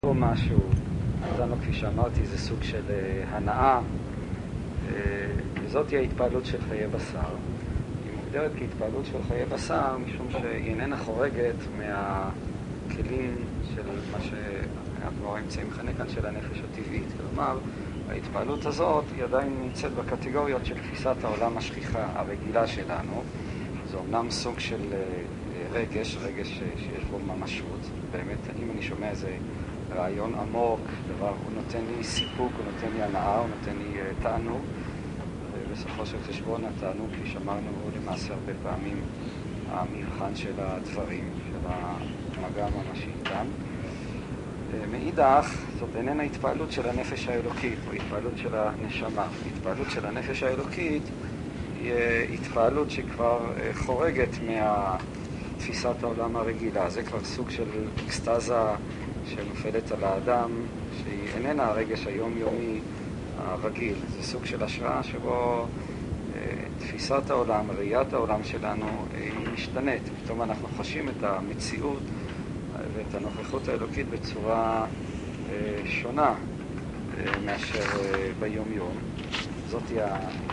פה משהו, אותנו כפי שאמרתי זה סוג של הנאה, וזאת היא ההתפעלות של חיי בשר. היא מוגדרת כהתפעלות של חיי בשר משום שהיא איננה חורגת מהכלים של מה שאנחנו נמצאים מכנה כאן של הנפש הטבעית. כלומר, ההתפעלות הזאת היא עדיין נמצאת בקטגוריות של תפיסת העולם השכיחה הרגילה שלנו. זה אומנם סוג של רגש שיש בו ממשות. באמת, אם אני שומע איזה רעיון עמוק, דבר, הוא נותן לי סיפוק, הוא נותן לי הנאה, הוא נותן לי תענוג. ובסופו של חשבון התענוג, כפי שאמרנו, הוא למעשה הרבה פעמים המבחן של הדברים, של המגע הממשי איתם. מאידך, זאת איננה התפעלות של הנפש האלוקית, או התפעלות של הנשמה. התפעלות של הנפש האלוקית היא התפעלות שכבר חורגת תפיסת העולם הרגילה. זה כבר סוג של אקסטזה שנופלת על האדם, שהיא איננה הרגש היומיומי הרגיל. זה סוג של השראה שבו תפיסת העולם, ראיית העולם שלנו היא משתנית. פתאום אנחנו חשים את המציאות ואת הנוכחות האלוקית בצורה שונה מאשר ביום-יום. זאת היא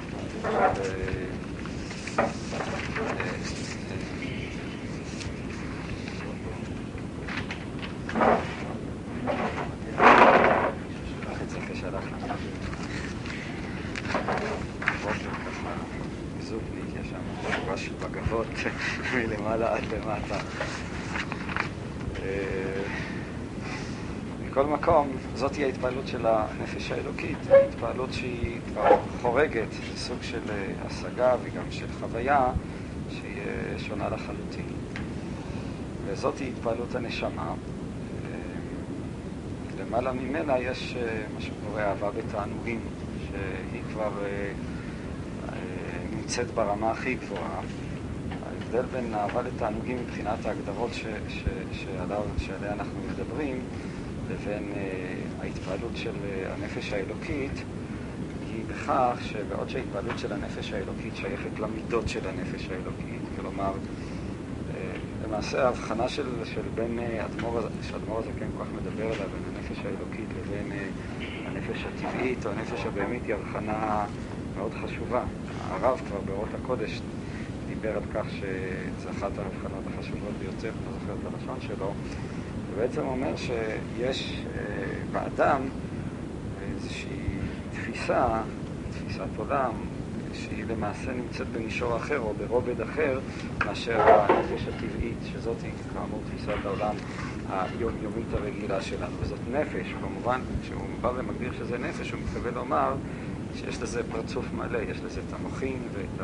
מלמעלה עד למטה. מכל מקום, זאת היא ההתפעלות של הנפש האלוקית, ההתפעלות שהיא כבר חורגת, זה סוג של השגה וגם של חוויה שהיא שונה לחלוטין. וזאת היא התפעלות הנשמה. למעלה ממנה יש מה שקורא אהבה בתענוגים, שהיא כבר נמצאת ברמה הכי גבוהה. ההבדל בין אהבה לתענוגים מבחינת ההגדרות שעליה אנחנו מדברים לבין ההתפעלות של הנפש האלוקית היא בכך שבעוד שההתפעלות של הנפש האלוקית שייכת למידות של הנפש האלוקית, כלומר למעשה ההבחנה של בין שאדמו"ר הזקן כל כך מדבר עליה, בין הנפש האלוקית לבין הנפש הטבעית או הנפש הבהמית היא הבחנה מאוד חשובה. הרב כבר באורות הקודש דיבר על כך שזו אחת ההבחנות החשובות ביותר, לא זוכר את הלשון שלו, ובעצם אומר שיש באדם איזושהי תפיסת עולם, שהיא למעשה נמצאת במישור אחר או ברובד אחר מאשר הנפש הטבעית, שזאת היא כאמור תפיסת העולם היומיומית הרגילה שלנו. וזאת נפש, כמובן, כשהוא בא ומגדיר שזה נפש, הוא מתכוון לומר שיש לזה פרצוף מלא, יש לזה את המוחין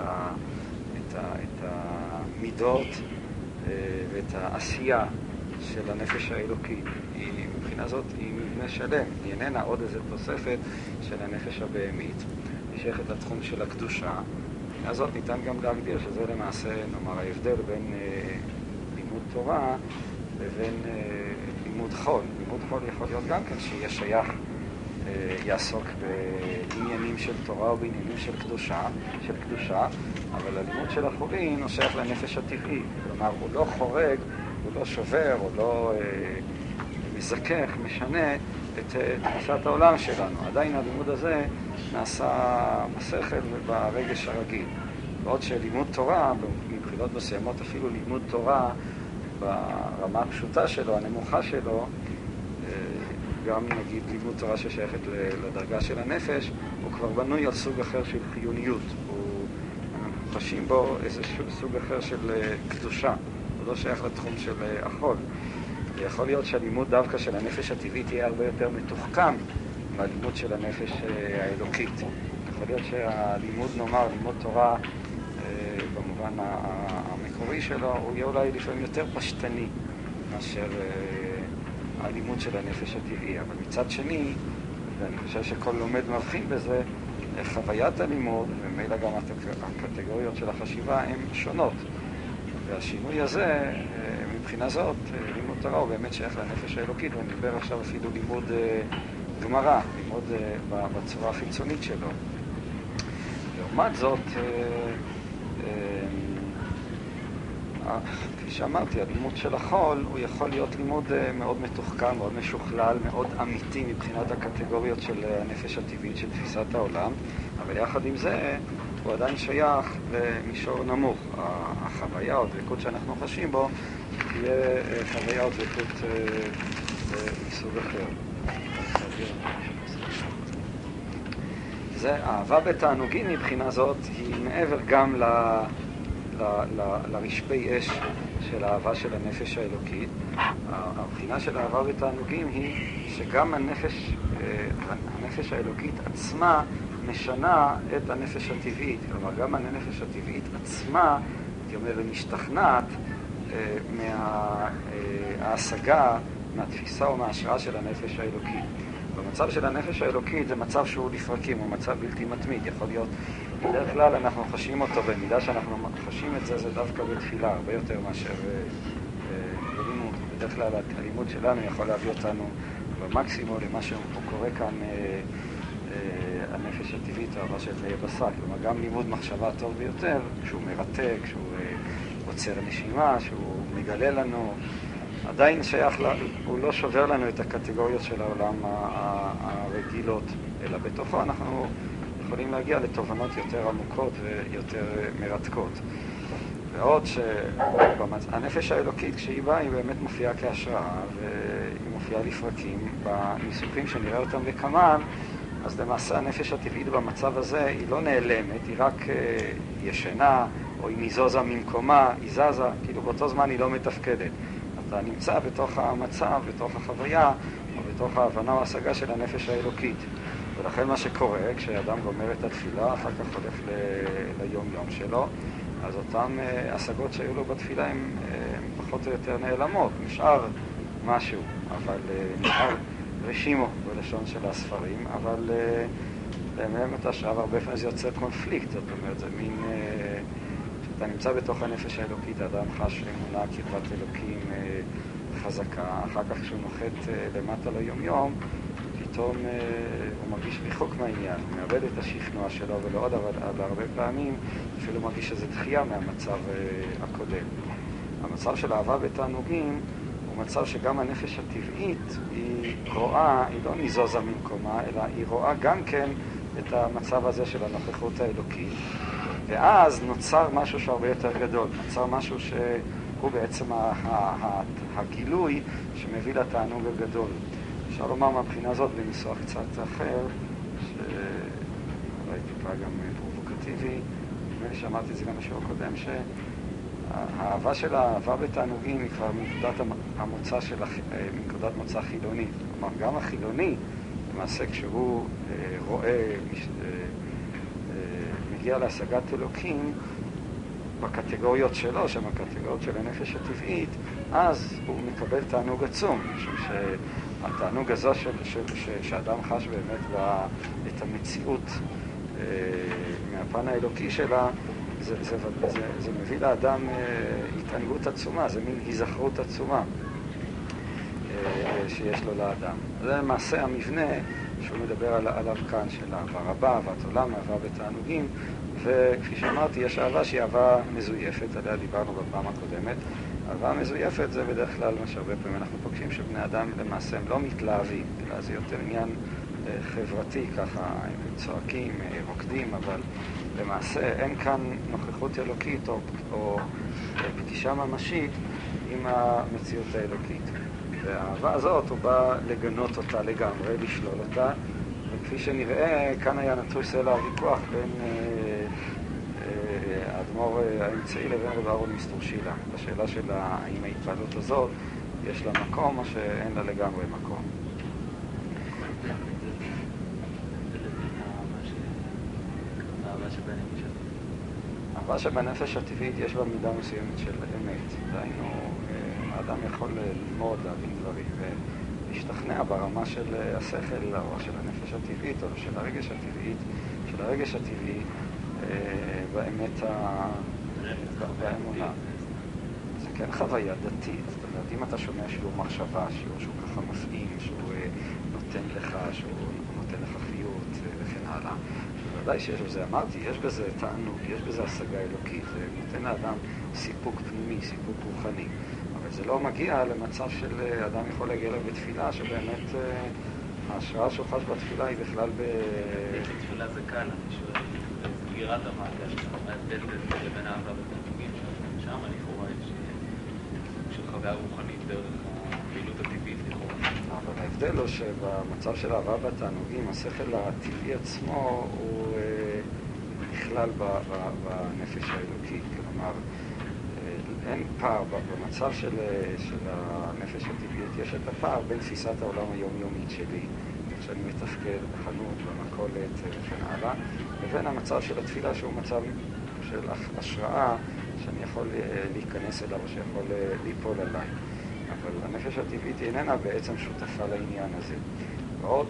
את המידות ואת העשייה של הנפש האלוקית. מבחינה זאת היא מבנה שלם, היא איננה עוד איזו תוספת של הנפש הבהמית, היא שייכת לתחום של הקדושה. מבחינה זאת ניתן גם להגדיר שזה למעשה, נאמר, ההבדל בין לימוד תורה לבין לימוד חול. לימוד חול יכול להיות גם כן שיהיה שייך, יעסוק בעניינים של תורה או בעניינים של קדושה, אבל הלימוד של החולין הוא שייך לנפש הטבעי. כלומר, הוא לא חורג, הוא לא שובר, הוא לא מזכך, משנה את תפיסת העולם שלנו. עדיין הלימוד הזה נעשה בשכל וברגש הרגיל. בעוד שלימוד תורה, מבחינות מסוימות אפילו לימוד תורה ברמה הפשוטה שלו, הנמוכה שלו, גם נגיד לימוד תורה ששייכת לדרגה של הנפש, הוא כבר בנוי על סוג אחר של חיוניות. אנחנו חשים בו איזה סוג אחר של קדושה. הוא לא שייך לתחום של החול. יכול להיות שהלימוד דווקא של הנפש הטבעית יהיה הרבה יותר מתוחכם מהלימוד של הנפש האלוקית. יכול להיות שהלימוד, נאמר, לימוד תורה במובן המקורי שלו, הוא יהיה אולי לפעמים יותר פשטני מאשר הלימוד של הנפש הטבעי. אבל מצד שני, ואני חושב שכל לומד מבחין בזה, חוויית הלימוד, ומילא גם הקטגוריות של החשיבה, הן שונות. והשינוי הזה, מבחינה זאת, לימוד תורה הוא באמת שייך לנפש האלוקית, ואני מדבר עכשיו אפילו לימוד גמרא, לימוד בצורה החיצונית שלו. לעומת זאת, כפי שאמרתי, הלימוד של החול הוא יכול להיות לימוד מאוד מתוחכם, מאוד משוכלל, מאוד אמיתי מבחינת הקטגוריות של הנפש הטבעית של תפיסת העולם, אבל יחד עם זה הוא עדיין שייך למישור נמוך. החוויה או דבקות שאנחנו חשים בו תהיה חוויה או דבקות מסוג אחר. זה אהבה בתענוגים מבחינה זאת היא מעבר גם לרשפי אש של האהבה של הנפש האלוקית. הבחינה של האהבה בתענוגים היא שגם הנפש האלוקית עצמה משנה את הנפש הטבעית. כלומר, גם הנפש הטבעית עצמה, הייתי אומר, משתכנעת מההשגה, מהתפיסה או מההשראה של הנפש האלוקית. במצב של הנפש האלוקית זה מצב שהוא לפרקים, הוא מצב בלתי מתמיד. יכול להיות, בדרך כלל אנחנו חשים אותו, במידה שאנחנו חשים את זה, זה דווקא בתפילה, הרבה יותר מאשר בלימוד. בדרך כלל הלימוד שלנו יכול להביא אותנו במקסימום למה שקורה כאן הנפש הטבעית, האהבה של בשק. כלומר, גם לימוד מחשבה טוב ביותר, שהוא מרתק, שהוא עוצר נשימה, שהוא מגלה לנו, עדיין שייך, הוא לא שובר לנו את הקטגוריות של העולם הרגילות, אלא בתוכו אנחנו יכולים להגיע לתובנות יותר עמוקות ויותר מרתקות. ועוד שהנפש האלוקית, כשהיא באה, היא באמת מופיעה כהשראה, והיא מופיעה לפרקים. בניסוחים שנראה אותם לקמן, אז למעשה הנפש הטבעית במצב הזה היא לא נעלמת, היא רק ישנה, או היא ניזוזה ממקומה, היא זזה, כאילו באותו זמן היא לא מתפקדת. אתה נמצא בתוך המצב, בתוך החוויה, או בתוך ההבנה או ההשגה של הנפש האלוקית. ולכן מה שקורה, כשאדם גומר את התפילה, אחר כך הולך ליום-יום שלו, אז אותן השגות שהיו לו בתפילה הן פחות או יותר נעלמות. נשאר משהו, אבל נשאר רשימו בלשון של הספרים, אבל באמת השאר הרבה פעמים זה יוצר קונפליקט. זאת אומרת, זה מין... כשאתה נמצא בתוך הנפש האלוקית, האדם חש אמונה, קרבת אלוקים חזקה. אחר כך כשהוא נוחת למטה ליום-יום, פתאום הוא מרגיש רחוק מהעניין, הוא מאבד את השכנוע שלו, ולא עוד, אבל הרבה פעמים אפילו מרגיש איזו דחייה מהמצב הקודם. המצב של אהבה בתענוגים הוא מצב שגם הנפש הטבעית היא רואה, היא לא ניזוזה ממקומה, אלא היא רואה גם כן את המצב הזה של הנוכחות האלוקית. ואז נוצר משהו שהרבה יותר גדול, נוצר משהו שהוא בעצם הגילוי שמביא לתענוג הגדול. אפשר לומר מהבחינה הזאת בניסוח קצת אחר, שאולי טיפה גם פרובוקטיבי, נדמה לי שאמרתי את זה גם בשיעור הקודם, שהאהבה של האהבה בתענוגים היא כבר מנקודת מוצא חילונית. כלומר, גם החילוני, למעשה כשהוא רואה, מגיע להשגת אלוקים בקטגוריות שלו, שהן הקטגוריות של הנפש הטבעית, אז הוא מקבל תענוג עצום, משום שהתענוג הזה שאדם חש באמת את המציאות מהפן האלוקי שלה, זה מביא לאדם התענגות עצומה, זה מין היזכרות עצומה שיש לו לאדם. זה למעשה המבנה שהוא מדבר עליו כאן, של אהבה רבה, אהבת עולם, אהבה בתענוגים, וכפי שאמרתי, יש אהבה שהיא אהבה מזויפת, עליה דיברנו בפעם הקודמת. אהבה מזויפת זה בדרך כלל מה שהרבה פעמים אנחנו פוגשים, שבני אדם למעשה הם לא מתלהבים, אלא זה יותר עניין חברתי, ככה הם צועקים, רוקדים, אבל למעשה אין כאן נוכחות אלוקית או פגישה ממשית עם המציאות האלוקית. והאהבה הזאת הוא בא לגנות אותה לגמרי, לשלול אותה, וכפי שנראה, כאן היה נטוי סלע הוויכוח בין האדמו"ר האמצעי לבין רב אהרון מסטורשילה. בשאלה של האם ההתפעלות הזאת יש לה מקום או שאין לה לגמרי מקום. האהבה שבנפש הטבעית יש בה מידה מסוימת של אמת. דהיינו, האדם יכול ללמוד, להבין דברים ולהשתכנע ברמה של השכל או של הנפש הטבעית או של הרגש הטבעית, של הרגש הטבעי באמת באמונה. זה כן חוויה דתית. זאת אומרת, אם אתה שומע שיעור מחשבה, שיעור שהוא ככה מפעים, שהוא נותן לך, שהוא נותן לך חיות וכן הלאה, ודאי שיש בזה, אמרתי, יש בזה תענוג, יש בזה השגה אלוקית, זה נותן לאדם סיפוק פנימי, סיפוק רוחני. אבל זה לא מגיע למצב של אדם יכול להגיע אליו בתפילה, שבאמת ההשראה שהוא חש בתפילה היא בכלל תפילה זה קל, אני שואל, זה סגירת המעגל, מה ההבדל לבין אהבה בתענוגים, שם לכאורה יש של חוויה רוחנית דרך הפעילות הטבעית לכאורה. אבל ההבדל הוא שבמצב של אהבה בתענוגים, השכל הטבעי עצמו הוא נכלל בנפש האלוקית. כלומר, אין פער, במצב של הנפש הטבעית יש את הפער בין תפיסת העולם היומיומית שלי, שאני מתפקד בחנות, במכולת וכן הלאה, לבין המצב של התפילה שהוא מצב של השראה שאני יכול להיכנס אליו או שיכול ליפול עליי. אבל הנפש הטבעית איננה בעצם שותפה לעניין הזה. ועוד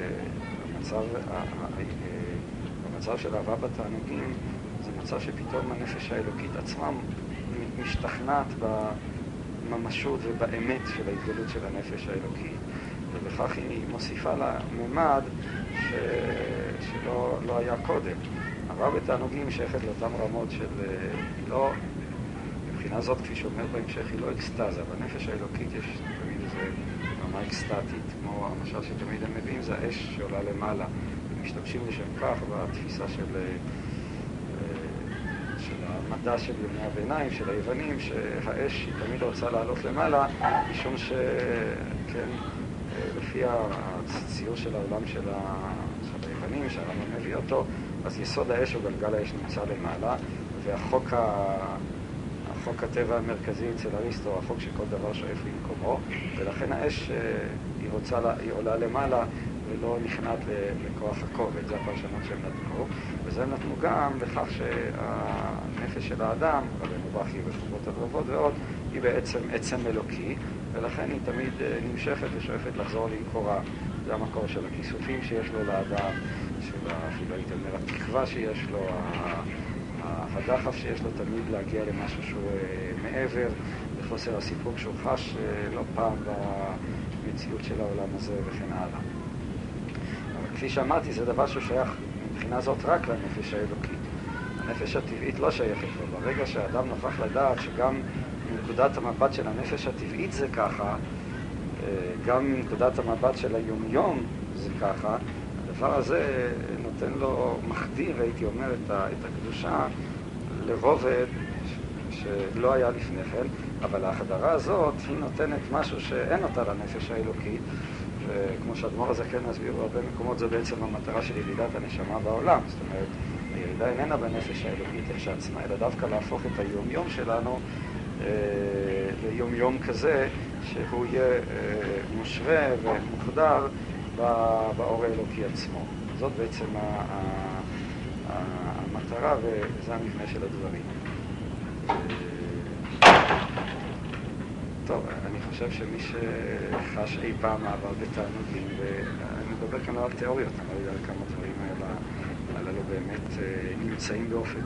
במצב של אהבה בתענוגים זה מצב שפתאום הנפש האלוקית עצמה משתכנעת בממשות ובאמת של ההתגלות של הנפש האלוקית, ובכך היא מוסיפה לה ממד שלא היה קודם. אהבה בתענוגים שייכת לאותן רמות של לא, מבחינה זאת, כפי שאומר בהמשך, היא לא אקסטזה. בנפש האלוקית יש תמיד איזה רמה אקסטטית, כמו המשל שתמיד הם מביאים, זה האש שעולה למעלה. משתמשים לשם כך בתפיסה של המדע של ימי הביניים, של היוונים, שהאש היא תמיד רוצה לעלות למעלה, משום שכן, לפי הציור של העולם של היוונים, שהרמב"ם מביא אותו, אז יסוד האש או גלגל האש נמצא למעלה, והחוק הטבע המרכזי אצל אריסטו, החוק שכל דבר שואף למקומו, ולכן האש היא עולה למעלה ולא נכנעת לכוח הכובד. זה הפרשנות שהם נתנו, וזה הם נתנו גם לכך שהנפש של האדם, רבנו בכי וחובות הרבות ועוד, היא בעצם עצם אלוקי, ולכן היא תמיד נמשכת ושואפת לחזור למקורה. זה המקור של הכיסופים שיש לו לאדם, של אפילו הייתי אומר התקווה שיש לו, הדחף שיש לו תמיד להגיע למשהו שהוא מעבר, לחוסר הסיפוק שהוא חש לא פעם במציאות של העולם הזה וכן הלאה. אבל כפי שאמרתי, זה דבר שהוא שייך מבחינה זאת רק לנפש האלוקית. הנפש הטבעית לא שייכת לו. ברגע שהאדם נוכח לדעת שגם מנקודת המבט של הנפש הטבעית זה ככה, גם מנקודת המבט של היומיום זה ככה, הדבר הזה נותן לו מחדיר, הייתי אומר, את הקדושה לרובד שלא היה לפני כן, אבל ההחדרה הזאת היא נותנת משהו שאין אותה לנפש האלוקית, וכמו שהאדמו"ר הזקן מסביר בהרבה מקומות, זה בעצם המטרה של ירידת הנשמה בעולם. זאת אומרת, הירידה איננה בנפש האלוקית כשעצמה, אלא דווקא להפוך את היומיום שלנו ליומיום כזה שהוא יהיה מושרה ומוחדר באור האלוקי עצמו. זאת בעצם המטרה, וזה המבנה של הדברים. טוב, אני חושב שמי שחש אי פעם אהבה בתענוגים, ואני מדבר כאן על תיאוריות, אני לא יודע כמה דברים הללו באמת נמצאים באופק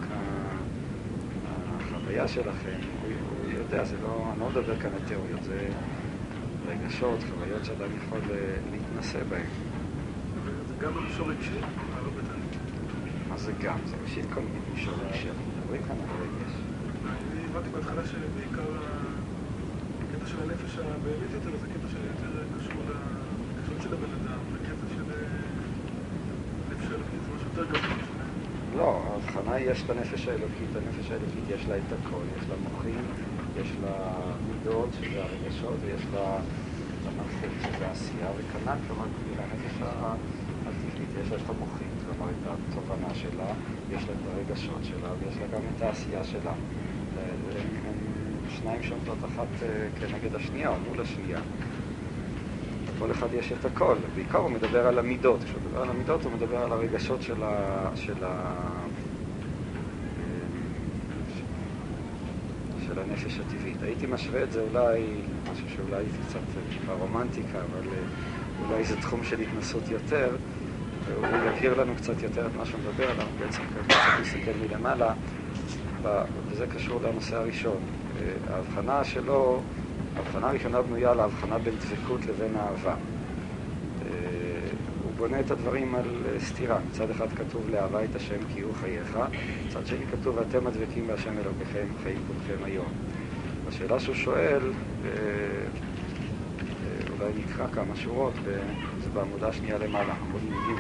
החוויה שלכם, הוא יודע, אני לא מדבר כאן על תיאוריות, זה רגשות, חוויות שאדם יכול להתנסה בהן. זה גם במישור רגשי, אהבה בתענוגים. מה זה גם? זה ראשית כל מישור רגשי. מדברים כאן על רגש. אני הבנתי בהתחלה שבעיקר הקטע של הנפש הבהמית יותר, זה קטע שיותר קשור לקשור של הבן אדם, לקטע של נפש האלוקית, זה משהו יותר גבוה. לא, ההבחנה יש את הנפש האלוקית. הנפש האלוקית יש לה את הכל, יש לה מוחים, יש לה מידות, שזה הרגשות, ויש לה את המלכות, שזה העשייה, וכנ"ל, כלומר, לנפש הטבעית יש לה את המוחים, כלומר, את התובנה שלה, יש לה את הרגשות שלה, ויש לה גם את העשייה שלה. שניים שעומדות אחת כנגד השנייה, או מול השנייה. לכל אחד יש את הכל. בעיקר הוא מדבר על המידות. כשהוא מדבר על המידות, הוא מדבר על הרגשות של הנפש הטבעית. הייתי משווה את זה אולי, משהו שאולי זה קצת טיפה רומנטיקה, אבל אולי זה תחום של התנסות יותר, והוא יכיר לנו קצת יותר את מה שהוא מדבר עליו. בעצם קצת מסתכל מלמעלה, וזה קשור לנושא הראשון. ההבחנה שלו, ההבחנה הראשונה בנויה על ההבחנה בין דבקות לבין אהבה. הוא בונה את הדברים על סתירה. מצד אחד כתוב לאהבה את השם כי הוא חייך, מצד שני כתוב ואתם הדבקים בהשם אלוקיכם חיים כולכם היום. השאלה שהוא שואל, אולי נקרא כמה שורות, זה בעמודה השנייה למעלה, עמוד ג'.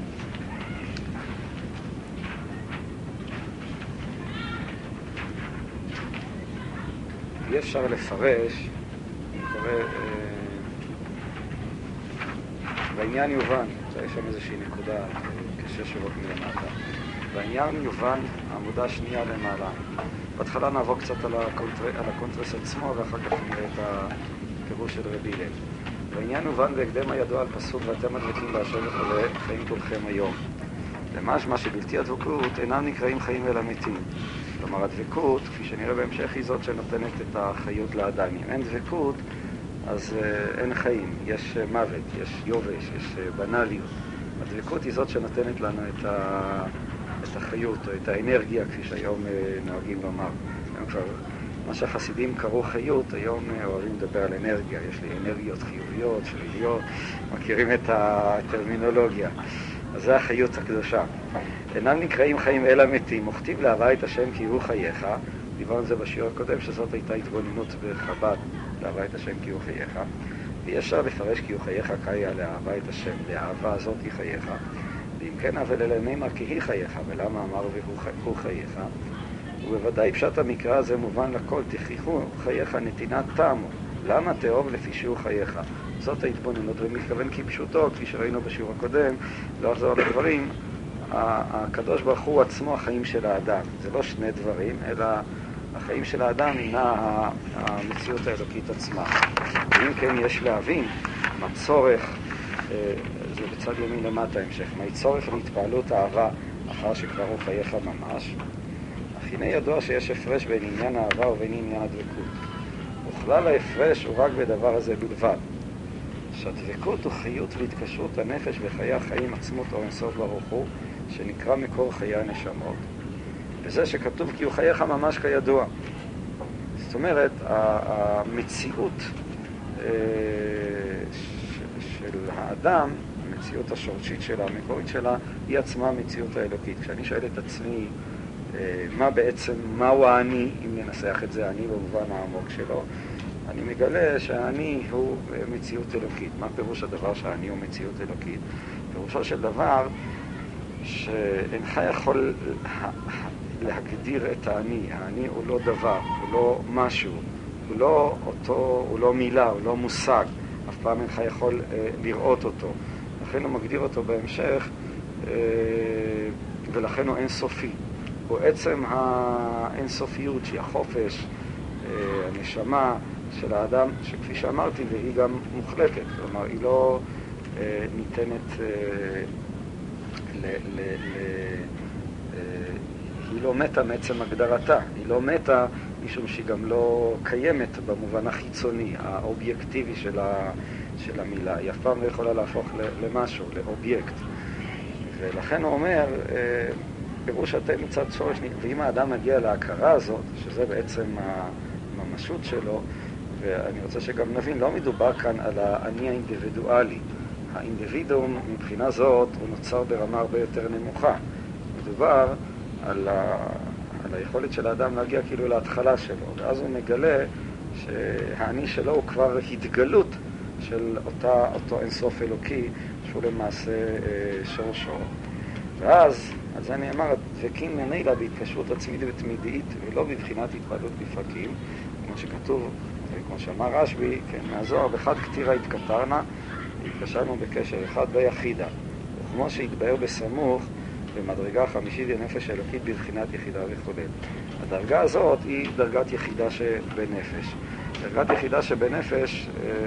אי אפשר לפרש, אני קורא, והעניין יובן, יש שם איזושהי נקודה כשש שורות מלמטה. והעניין יובן, העמודה השנייה למעלה. בהתחלה נעבור קצת על הקונטרס עצמו, ואחר כך נראה את הפירוש של רבי הלל. והעניין יובן בהקדם הידוע על פסוק ואתם הדבקים בהשם וכו' חיים כולכם היום. למשמע שבלתי הדבקות אינם נקראים חיים אלא מתים. כלומר, הדבקות, כפי שנראה בהמשך, היא זאת שנותנת את החיות לאדם. אם אין דבקות, אז אין חיים, יש מוות, יש יובש, יש בנליות. הדבקות היא זאת שנותנת לנו את החיות, או את האנרגיה, כפי שהיום נוהגים לומר. כבר, מה שהחסידים קראו חיות, היום אוהבים לדבר על אנרגיה. יש לי אנרגיות חיוביות, שליליות, מכירים את הטרמינולוגיה. אז זה החיות הקדושה. אינם נקראים חיים אלא מתים, וכתיב לאהבה את השם כי הוא חייך. דיברנו על זה בשיעור הקודם, שזאת הייתה התבוננות בחב"ד, לאהבה את השם כי הוא חייך. ואי אפשר לפרש כי הוא חייך קאיה לאהבה את השם, לאהבה הזאת היא חייך. ואם כן, אבל אלה נאמר כי היא חייך, ולמה אמר והוא חייך? ובוודאי פשט המקרא הזה מובן לכל, תכריחו חייך נתינת טעמו. למה תאהב לפי שהוא חייך? זאת ההתבוננות, ומתכוון כפשוטו, כפי שראינו בשיעור הקודם, לא אחזור על הדברים, הקדוש ברוך הוא עצמו החיים של האדם. זה לא שני דברים, אלא החיים של האדם הינה המציאות האלוקית עצמה. ואם כן יש להבין מה צורך, זה בצד ימין למטה המשך, מה צורך להתפעלות אהבה אחר שכבר הוא חייך ממש. אך הנה ידוע שיש הפרש בין עניין האהבה ובין עניין הדבקות. וכלל ההפרש הוא רק בדבר הזה בלבד. שהדבקות הוא חיות והתקשרות הנפש בחיי החיים עצמות או אינסוף ברוך הוא, שנקרא מקור חיי הנשמות. וזה שכתוב כי הוא חייך ממש כידוע. זאת אומרת, המציאות של האדם, המציאות השורשית שלה, המקורית שלה, היא עצמה המציאות האלוקית. כשאני שואל את עצמי מהו האני, אם ננסח את זה האני במובן העמוק שלו, אני מגלה שהאני הוא מציאות אלוקית. מה פירוש הדבר שהאני הוא מציאות אלוקית? פירושו של דבר שאינך יכול להגדיר את האני. האני הוא לא דבר, הוא לא משהו, הוא לא מילה, הוא לא מושג. אף פעם אינך יכול לראות אותו. לכן הוא מגדיר אותו בהמשך, ולכן הוא אינסופי. הוא עצם האינסופיות, שהיא החופש, הנשמה של האדם, שכפי שאמרתי, והיא גם מוחלטת. כלומר, היא לא ניתנת היא לא מתה מעצם הגדרתה. היא לא מתה משום שהיא גם לא קיימת במובן החיצוני, האובייקטיבי של המילה. היא אף פעם לא יכולה להפוך למשהו, לאובייקט. ולכן הוא אומר, פירוש אתם מצד שורש, ואם האדם מגיע להכרה הזאת, שזה בעצם הממשות שלו, ואני רוצה שגם נבין, לא מדובר כאן על האני האינדיבידואלי. האינדיבידום מבחינה זאת הוא נוצר ברמה הרבה יותר נמוכה. מדובר על היכולת של האדם להגיע כאילו להתחלה שלו, ואז הוא מגלה שהאני שלו הוא כבר התגלות של אותו אינסוף אלוקי, שהוא למעשה שורשו. ואז, על זה אני אמר, דבקים ממילא בהתקשרות עצמית ותמידית, ולא בבחינת התפעלות בפרקים, כמו שכתוב, כמו שאמר רשב"י, כן, מהזוהר, בחד כתירה התקטרנה, התקשרנו בקשר אחד ביחידה, וכמו שהתבהר בסמוך, במדרגה החמישית הנפש האלוקית בבחינת יחידה וכו'. הדרגה הזאת היא דרגת יחידה שבנפש. דרגת יחידה שבנפש,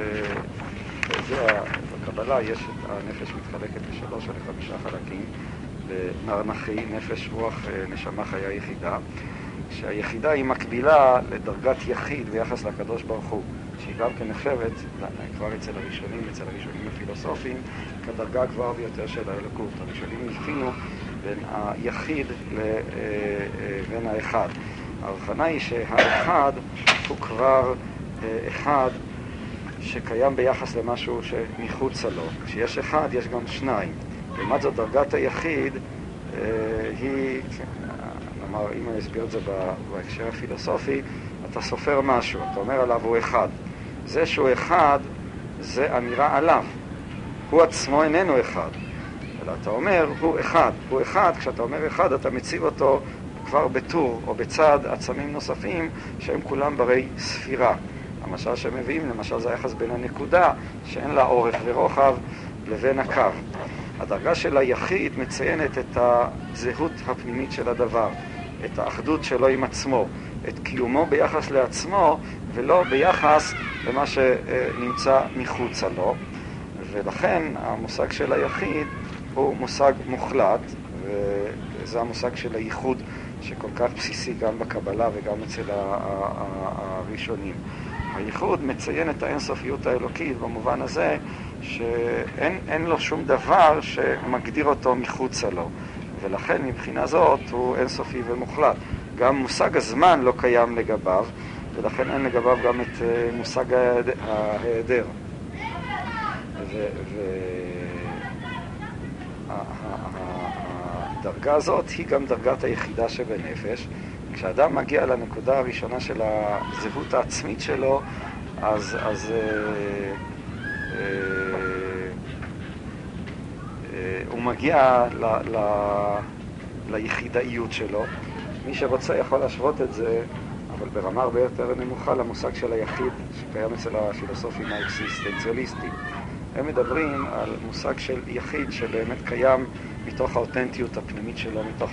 בקבלה יש הנפש מתחלקת לשלוש או לחמישה חלקים, במרנחי, נפש, רוח, נשמה, חיה, יחידה, שהיחידה היא מקבילה לדרגת יחיד ביחס לקדוש ברוך הוא, שהיא גם כן נחשבת, כבר אצל הראשונים הפילוסופיים, כדרגה הגבוהה ביותר של האלוקות. הראשונים הבחינו בין היחיד לבין האחד. ההבחנה היא שהאחד הוא כבר אחד שקיים ביחס למשהו שמחוצה לו. כשיש אחד, יש גם שניים. לעומת זאת, דרגת היחיד היא, נאמר, אם אני אסביר את זה בהקשר הפילוסופי, אתה סופר משהו, אתה אומר עליו הוא אחד. זה שהוא אחד, זה אמירה עליו. הוא עצמו איננו אחד. אלא אתה אומר, הוא אחד. הוא אחד, כשאתה אומר אחד, אתה מציב אותו כבר בטור או בצד עצמים נוספים, שהם כולם ברי ספירה. המשל שמביאים, למשל, זה היחס בין הנקודה, שאין לה אורך ורוחב, לבין הקו. הדרגה של היחיד מציינת את הזהות הפנימית של הדבר, את האחדות שלו עם עצמו, את קיומו ביחס לעצמו, ולא ביחס למה שנמצא מחוצה לו. ולכן המושג של היחיד הוא מושג מוחלט, וזה המושג של הייחוד שכל כך בסיסי גם בקבלה וגם אצל הראשונים. הייחוד מציין את האינסופיות האלוקית במובן הזה שאין לו שום דבר שמגדיר אותו מחוצה לו, ולכן מבחינה זאת הוא אינסופי ומוחלט. גם מושג הזמן לא קיים לגביו, ולכן אין לגביו גם את מושג ההיעדר. הדרגה הזאת היא גם דרגת היחידה שבנפש. כשאדם מגיע לנקודה הראשונה של הזהות העצמית שלו, אז הוא מגיע ליחידאיות שלו. מי שרוצה יכול להשוות את זה, אבל ברמה הרבה יותר נמוכה, למושג של היחיד שקיים אצל הפילוסופים האקסיסטנציאליסטים. הם מדברים על מושג של יחיד שבאמת קיים מתוך האותנטיות הפנימית שלו, מתוך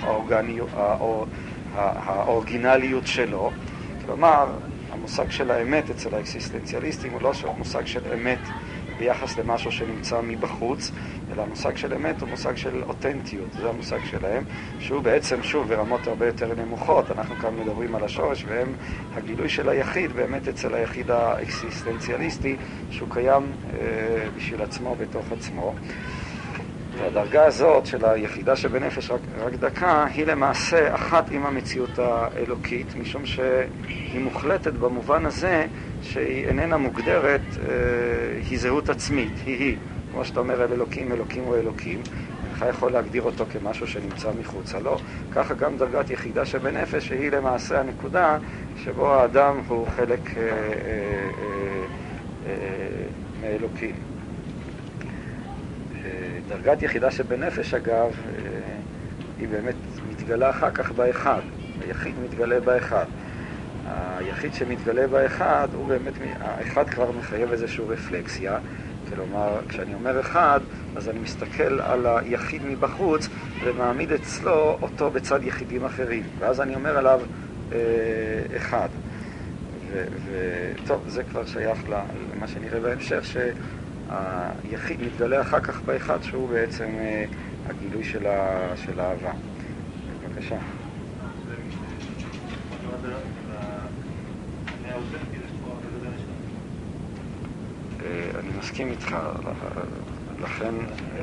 האורגינליות שלו. כלומר, המושג של האמת אצל האקסיסטנציאליסטים הוא לא מושג של אמת ביחס למשהו שנמצא מבחוץ, אלא המושג של אמת הוא מושג של אותנטיות. זה המושג שלהם, שהוא בעצם, שוב, ברמות הרבה יותר נמוכות. אנחנו כאן מדברים על השורש, והם הגילוי של היחיד, באמת אצל היחיד האקסיסטנציאליסטי, שהוא קיים בשביל עצמו, בתוך עצמו. והדרגה הזאת של היחידה שבנפש, רק דקה, היא למעשה אחת עם המציאות האלוקית, משום שהיא מוחלטת במובן הזה שהיא איננה מוגדרת, היא זהות עצמית, היא. כמו שאתה אומר על אלוקים, אלוקים הוא אלוקים, אתה יכול להגדיר אותו כמשהו שנמצא מחוצה לו. ככה גם דרגת יחידה שבנפש, שהיא למעשה הנקודה שבו האדם הוא חלק מאלוקים. דרגת יחידה שבנפש, אגב, היא באמת מתגלה אחר כך באחד. היחיד מתגלה באחד. היחיד שמתגלה באחד, הוא באמת, האחד כבר מחייב איזושהי רפלקסיה. כלומר, כשאני אומר אחד, אז אני מסתכל על היחיד מבחוץ ומעמיד אצלו אותו בצד יחידים אחרים. ואז אני אומר עליו אחד. וטוב, זה כבר שייך למה שנראה בהמשך, היחיד מתגלה אחר כך באחד, שהוא בעצם הגילוי של האהבה. בבקשה. אני מסכים איתך, לכן,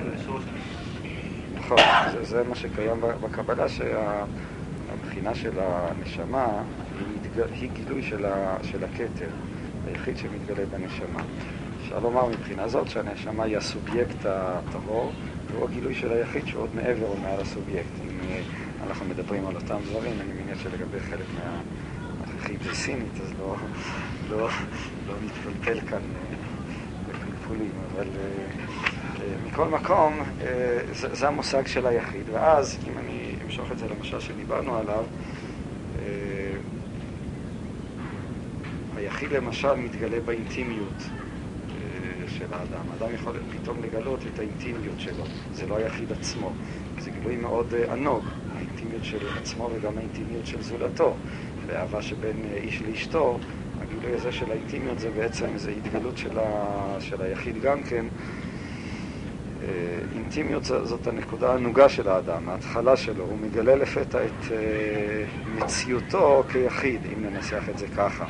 נכון, זה מה שקיים בקבלה, שהבחינה של הנשמה היא גילוי של הכתר, היחיד שמתגלה בנשמה. אפשר לומר מבחינה זאת שהנשמה היא הסובייקט הטהור, והוא הגילוי של היחיד שהוא עוד מעבר או מעל הסובייקט. אם אנחנו מדברים על אותם דברים, אני מניח שלגבי חלק מהנוכחית זה סינית, אז לא נתפלפל כאן בפלפולים, אבל מכל מקום זה המושג של היחיד. ואז, אם אני אמשוך את זה למשל שדיברנו עליו, היחיד למשל מתגלה באינטימיות של האדם. האדם יכול פתאום לגלות את האינטימיות שלו. זה לא היחיד עצמו. זה גילוי מאוד ענוג, האינטימיות של עצמו וגם האינטימיות של זולתו. באהבה שבין איש לאשתו, הגילוי הזה של האינטימיות זה בעצם איזו התגלות של היחיד גם כן. אינטימיות זאת הנקודה הענוגה של האדם, ההתחלה שלו. הוא מגלה לפתע את מציאותו כיחיד, אם ננסח את זה ככה.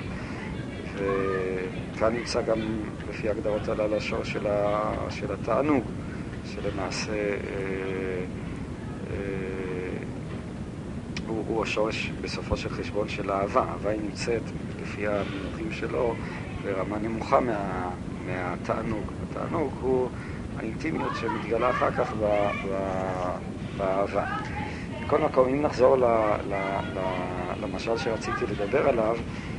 וכאן נמצא גם לפי הגדרות על הלשור של התענוג, שלמעשה הוא השורש בסופו של חשבון של האהבה. האהבה היא נמצאת לפי המינוחים שלו ברמה נמוכה מהתענוג. התענוג הוא האינטימיות שמתגלה אחר כך באהבה. בכל מקום, אם נחזור למשל שרציתי לדבר עליו,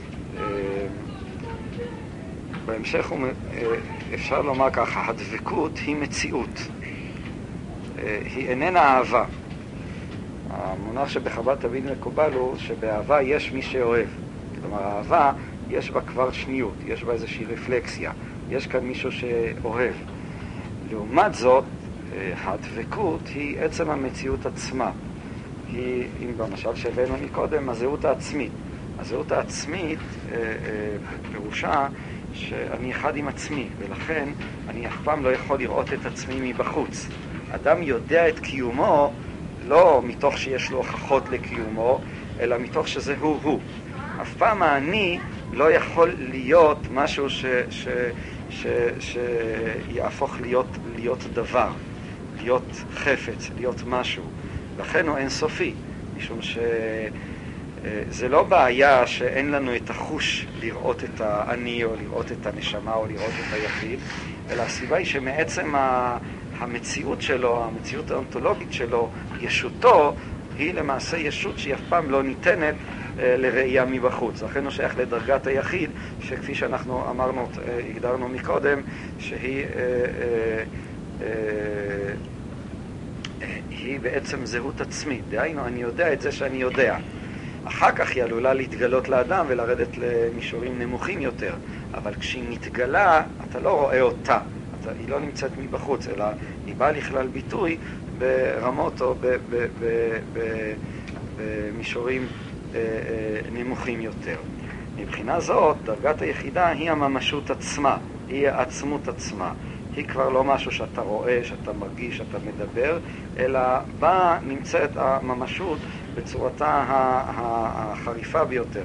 בהמשך אפשר לומר ככה, הדבקות היא מציאות, היא איננה אהבה. המונח שבחב"ד תמיד מקובל הוא שבאהבה יש מי שאוהב. כלומר, האהבה יש בה כבר שניות, יש בה איזושהי רפלקסיה, יש כאן מישהו שאוהב. לעומת זאת, הדבקות היא עצם המציאות עצמה. היא, אם במשל שהבאנו מקודם, הזהות העצמית. הזהות העצמית פירושה שאני אחד עם עצמי, ולכן אני אף פעם לא יכול לראות את עצמי מבחוץ. אדם יודע את קיומו לא מתוך שיש לו הוכחות לקיומו, אלא מתוך שזה הוא. אף פעם אני לא יכול להיות משהו שיהפוך להיות דבר, להיות חפץ, להיות משהו. לכן הוא אינסופי, משום שזה לא בעיה שאין לנו את החוש לראות את האני או לראות את הנשמה או לראות את היחיד, אלא הסיבה היא שמעצם המציאות שלו, המציאות האונתולוגית שלו, ישותו, היא למעשה ישות שהיא אף פעם לא ניתנת לראייה מבחוץ. לכן הוא שייך לדרגת היחיד, שכפי שאנחנו אמרנו, הגדרנו מקודם, שהיא היא בעצם זהות עצמית. דהיינו, אני יודע את זה שאני יודע. אחר כך היא עלולה להתגלות לאדם ולרדת למישורים נמוכים יותר. אבל כשהיא מתגלה, אתה לא רואה אותה. היא לא נמצאת מבחוץ, אלא היא באה לכלל ביטוי ברמות או במישורים נמוכים יותר. מבחינה זאת, דרגת היחידה היא הממשות עצמה, היא העצמות עצמה. היא כבר לא משהו שאתה רואה, שאתה מרגיש, שאתה מדבר, אלא בה נמצאת הממשות בצורתה החריפה ביותר,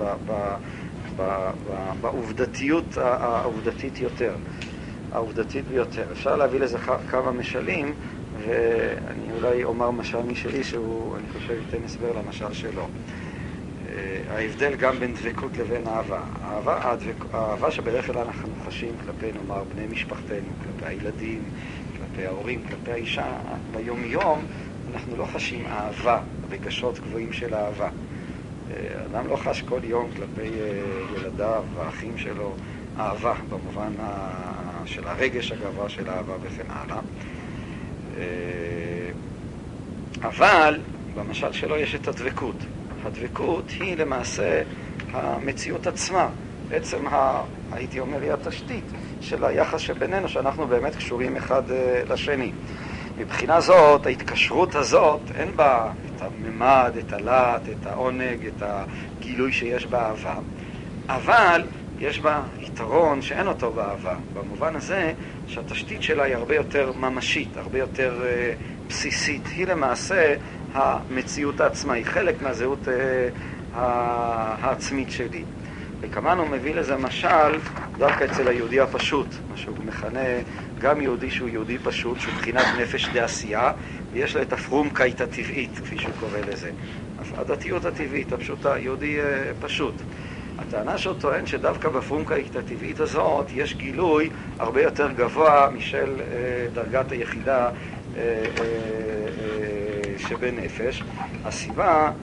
בעובדתיות העובדתית יותר, העובדתית ביותר. אפשר להביא לזה כמה משלים, ואני אולי אומר משל משלי שהוא, אני חושב, ייתן הסבר למשל שלו. ההבדל גם בין דבקות לבין אהבה. האהבה שבדרך כלל אנחנו חשים כלפי, נאמר, בני משפחתנו, כלפי הילדים, כלפי ההורים, כלפי האישה, ביום יום אנחנו לא חשים אהבה, רגשות גבוהים של אהבה. אדם לא חש כל יום כלפי ילדיו והאחים שלו אהבה, במובן של הרגש הגבוה של אהבה וכן הלאה. אבל במשל שלו יש את הדבקות. הדבקות היא למעשה המציאות עצמה, בעצם הייתי אומר היא התשתית של היחס שבינינו, שאנחנו באמת קשורים אחד לשני. מבחינה זאת, ההתקשרות הזאת, אין בה את הממד, את הלהט, את העונג, את הגילוי שיש באהבה, אבל יש בה יתרון שאין אותו באהבה, במובן הזה שהתשתית שלה היא הרבה יותר ממשית, הרבה יותר בסיסית. היא למעשה המציאות העצמה, היא חלק מהזהות העצמית שלי. וכמובן הוא מביא לזה משל דווקא אצל היהודי הפשוט, מה שהוא מכנה גם יהודי שהוא יהודי פשוט, שהוא בחינת נפש דעשייה, ויש לו את הפרומקאית הטבעית, כפי שהוא קורא לזה. הדתיות הטבעית, הפשוטה, יהודי פשוט. הטענה שהוא טוען שדווקא בפרומקאית הטבעית הזאת יש גילוי הרבה יותר גבוה משל דרגת היחידה שבנפש. הסיבה,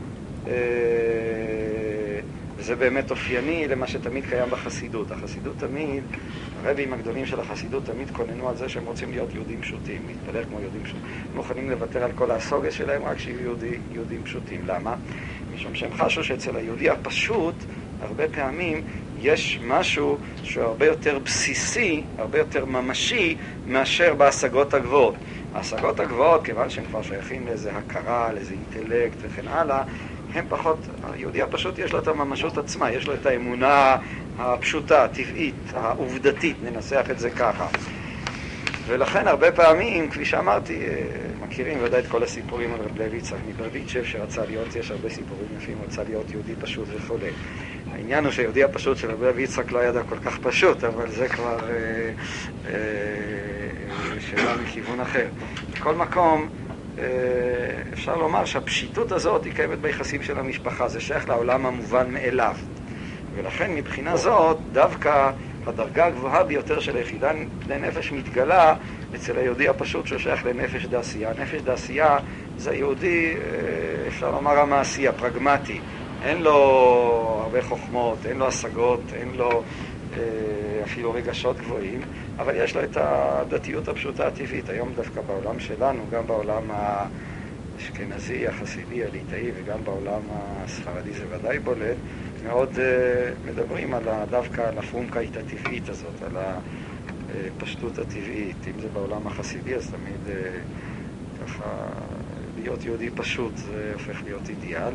וזה באמת אופייני למה שתמיד קיים בחסידות. החסידות תמיד, הרבים הגדולים של החסידות תמיד כוננו על זה שהם רוצים להיות יהודים פשוטים, להתפלל כמו יהודים פשוטים. הם מוכנים לוותר על כל הסוגיה שלהם רק שיהיו יהודים פשוטים. למה? משום שהם חשו שאצל היהודי הפשוט הרבה פעמים יש משהו שהוא הרבה יותר בסיסי, הרבה יותר ממשי מאשר בהשגות הגבוהות. ההשגות הגבוהות, כיוון שהם כבר שייכים לאיזה הכרה, לאיזה אינטלקט וכן הלאה, הם פחות, היהודי הפשוט יש לו את הממשות עצמה, יש לו את האמונה הפשוטה, הטבעית, העובדתית, ננסח את זה ככה. ולכן הרבה פעמים, כפי שאמרתי, מכירים ודאי את כל הסיפורים על רב לוי יצחק מברדיצ'ב שרצה להיות, יש הרבה סיפורים יפים, רצה להיות יהודי פשוט וכו'. העניין הוא שהיהודי הפשוט של רב לוי יצחק לא ידע כל כך פשוט, אבל זה כבר שאלה מכיוון אחר. בכל מקום, אפשר לומר שהפשיטות הזאת היא קיימת ביחסים של המשפחה, זה שייך לעולם המובן מאליו. ולכן מבחינה זאת, דווקא הדרגה הגבוהה ביותר של היחידה לנפש מתגלה אצל היהודי הפשוט ששייך לנפש דעשייה. נפש דעשייה זה יהודי, אפשר לומר, המעשי, הפרגמטי. אין לו הרבה חוכמות, אין לו השגות, אין לו אפילו רגשות גבוהים, אבל יש לו את הדתיות הפשוטה הטבעית. היום דווקא בעולם שלנו, גם בעולם האשכנזי, החסידי, הליטאי, וגם בעולם הספרדי זה ודאי בולט, מאוד מדברים דווקא על הפרומקאית הטבעית הזאת, על הפשטות הטבעית. אם זה בעולם החסידי, אז תמיד ככה להיות יהודי פשוט זה הופך להיות אידיאל.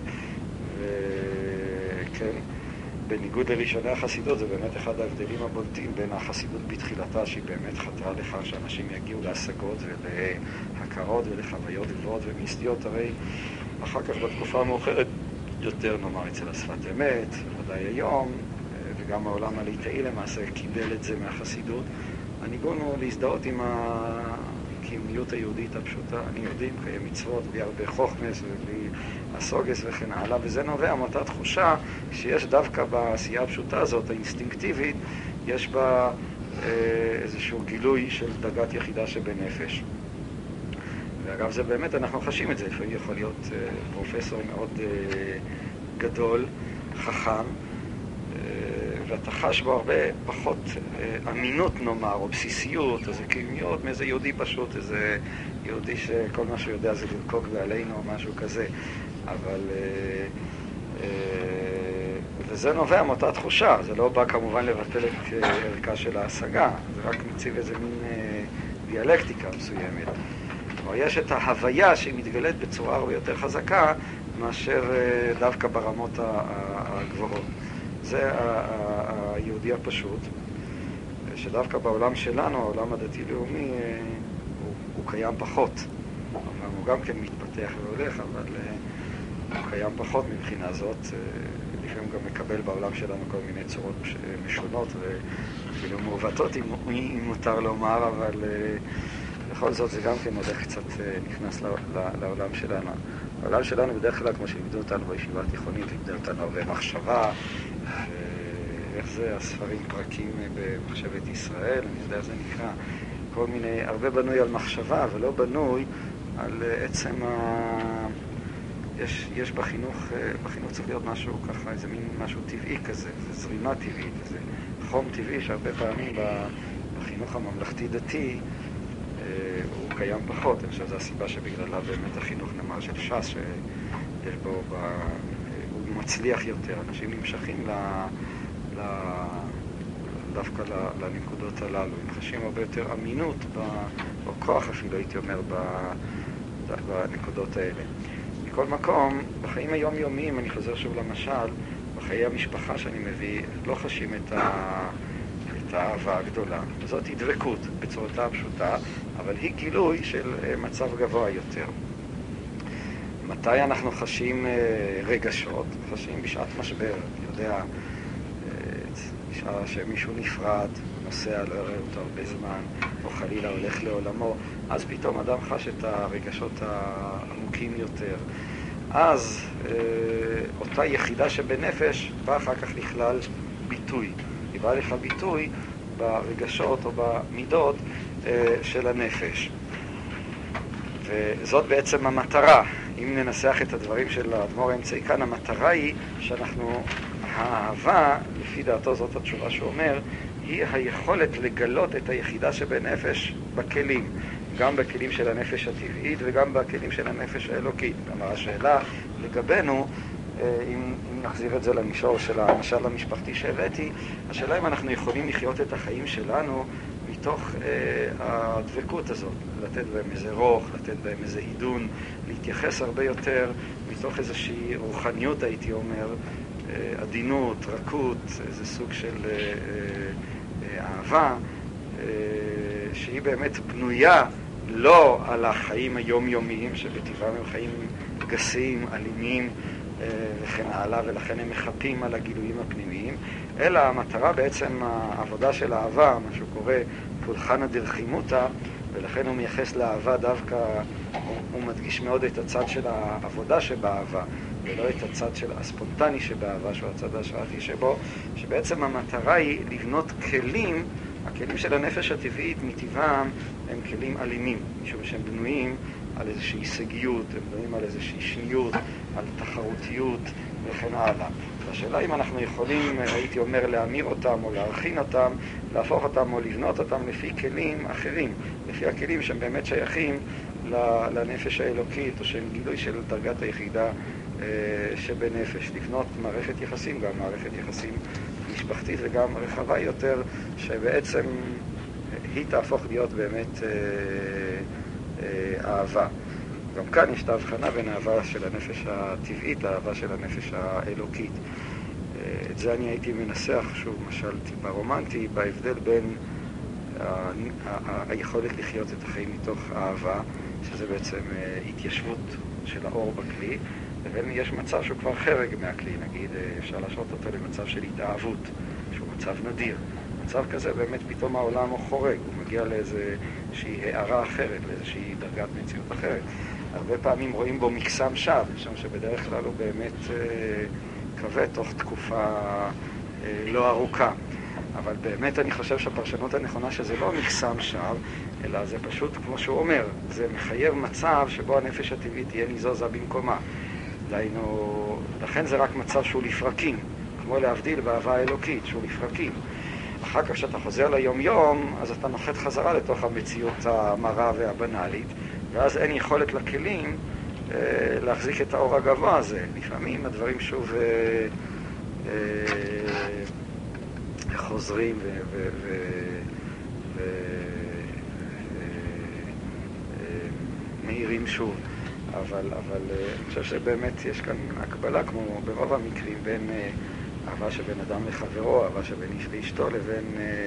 וכן, בניגוד לראשוני החסידות, זה באמת אחד ההבדלים הבולטים בין החסידות בתחילתה, שהיא באמת חתרה לכך שאנשים יגיעו להשגות ולהכרות ולחוויות גבוהות ומיסטיות. הרי אחר כך בתקופה המאוחרת יותר, נאמר, אצל השפת אמת, ודאי היום, וגם העולם הליטאי למעשה קיבל את זה מהחסידות. הניגון הוא להזדהות עם הקיומיות היהודית הפשוטה. אני יהודי, מקיים מצוות, בלי הרבה חוכמס ובלי הסוגס וכן הלאה, וזה נובע מאותה תחושה שיש דווקא בעשייה הפשוטה הזאת, האינסטינקטיבית, יש בה איזשהו גילוי של דרגת יחידה שבנפש. ואגב, זה באמת, אנחנו חשים את זה. לפעמים יכול להיות פרופסור מאוד גדול, חכם, ואתה חש בו הרבה פחות אמינות, נאמר, או בסיסיות, איזה קיומיות, מאיזה יהודי פשוט, איזה יהודי שכל מה שהוא יודע זה לרקוק בעלינו או משהו כזה. אבל וזה נובע מאותה תחושה. זה לא בא כמובן לבטל את ערכה של ההשגה, זה רק מציב איזה מין דיאלקטיקה מסוימת. כלומר, יש את ההוויה שהיא מתגלית בצורה הרבה יותר חזקה מאשר דווקא ברמות הגבוהות. זה היהודי הפשוט, שדווקא בעולם שלנו, העולם הדתי-לאומי, הוא קיים פחות. הוא גם כן מתפתח והולך, אבל הוא קיים פחות מבחינה זאת. לפעמים גם מקבל בעולם שלנו כל מיני צורות משונות ואפילו מעוותות, אם מותר לומר, אבל בכל זאת זה גם כן הולך קצת נכנס לעולם שלנו. העולם שלנו בדרך כלל, כמו שלימדו אותנו בישיבה התיכונית, לימדו אותנו הרבה מחשבה, איך זה, הספרים פרקים במחשבת ישראל, אני יודע איך זה נקרא, כל מיני, הרבה בנוי על מחשבה, ולא בנוי על עצם יש בחינוך צריך להיות משהו ככה, איזה מין משהו טבעי כזה, זה זרימה טבעית, זה חום טבעי שהרבה פעמים בחינוך הממלכתי-דתי הוא קיים פחות. אני חושב שזו הסיבה שבגללה באמת החינוך, נאמר, של ש"ס, שיש בו, הוא מצליח יותר. אנשים נמשכים דווקא לנקודות הללו. הם חשים הרבה יותר אמינות, או כוח אפילו, הייתי אומר, בנקודות האלה. מכל מקום, בחיים היומיומיים, אני חוזר שוב למשל, בחיי המשפחה שאני מביא, לא חשים את האהבה הגדולה. זאת היא דבקות בצורתה הפשוטה, אבל היא גילוי של מצב גבוה יותר. מתי אנחנו חשים רגשות? חשים בשעת משבר. אני יודע, בשעה שמישהו נפרד, נוסע, לא יראה אותו הרבה זמן, או חלילה הולך לעולמו, אז פתאום אדם חש את הרגשות העמוקים יותר. אז אותה יחידה שבנפש באה אחר כך לכלל ביטוי. היא באה לך ביטוי ברגשות או במידות של הנפש. וזאת בעצם המטרה. אם ננסח את הדברים של האדמו"ר האמצעי כאן, המטרה היא שאנחנו, האהבה, לפי דעתו זאת התשובה שאומר, היא היכולת לגלות את היחידה שבנפש בכלים. גם בכלים של הנפש הטבעית וגם בכלים של הנפש האלוקית. כלומר, השאלה לגבינו, אם נחזיר את זה למישור של המשל המשפחתי שהבאתי, השאלה אם אנחנו יכולים לחיות את החיים שלנו מתוך הדבקות הזאת, לתת בהם איזה רוח, לתת בהם איזה עידון, להתייחס הרבה יותר מתוך איזושהי רוחניות, הייתי אומר, עדינות, רכות, איזה סוג של אהבה, שהיא באמת בנויה לא על החיים היומיומיים שבטבעם הם חיים גסים, אלימים וכן הלאה, ולכן הם מחפים על הגילויים הפנימיים, אלא המטרה בעצם העבודה של האהבה, מה שהוא קורא פולחנא דרחימותא, ולכן הוא מייחס לאהבה דווקא, הוא מדגיש מאוד את הצד של העבודה שבאהבה, ולא את הצד הספונטני שבאהבה, שהוא הצד ההשראתי שבו, שבעצם המטרה היא לבנות כלים, הכלים של הנפש הטבעית מטבעם הם כלים אלימים, משום שהם בנויים על איזושהי הישגיות, הם בנויים על איזושהי שניות, על תחרותיות וכן הלאה. השאלה אם אנחנו יכולים, הייתי אומר, להמיר אותם או להרכין אותם, להפוך אותם או לבנות אותם לפי כלים אחרים, לפי הכלים שהם באמת שייכים לנפש האלוקית, או שהם גילוי של דרגת היחידה שבנפש. לבנות מערכת יחסים, גם מערכת יחסים משפחתית וגם רחבה יותר, שבעצם היא תהפוך להיות באמת אהבה. גם כאן יש את ההבחנה בין האהבה של הנפש הטבעית לאהבה של הנפש האלוקית. את זה אני הייתי מנסח, שוב, משל טיפה רומנטי, בהבדל בין היכולת לחיות את החיים מתוך אהבה, שזה בעצם התיישבות של האור בכלי, לבין יש מצב שהוא כבר חרג מהכלי, נגיד, אפשר להשרות אותו למצב של התאהבות, שהוא מצב נדיר. מצב כזה באמת פתאום העולם הוא חורג, הוא מגיע לאיזושהי הערה אחרת, לאיזושהי דרגת מציאות אחרת. הרבה פעמים רואים בו מקסם שווא, משום שבדרך כלל הוא באמת כבד תוך תקופה לא ארוכה. אבל באמת אני חושב שהפרשנות הנכונה שזה לא מקסם שווא, אלא זה פשוט, כמו שהוא אומר, זה מחייב מצב שבו הנפש הטבעית תהיה ניזוזה במקומה. דהיינו, לכן זה רק מצב שהוא לפרקים, כמו להבדיל באהבה האלוקית, שהוא לפרקים. אחר כך כשאתה חוזר ליום-יום, אז אתה נוחת חזרה לתוך המציאות המרה והבנאלית, ואז אין יכולת לכלים להחזיק את האור הגבוה הזה. לפעמים הדברים שוב חוזרים מהירים שוב. אבל אני חושב שבאמת יש כאן הקבלה, כמו ברוב המקרים, בין אהבה שבין אדם לחברו, אהבה שבין איש לאשתו, לבין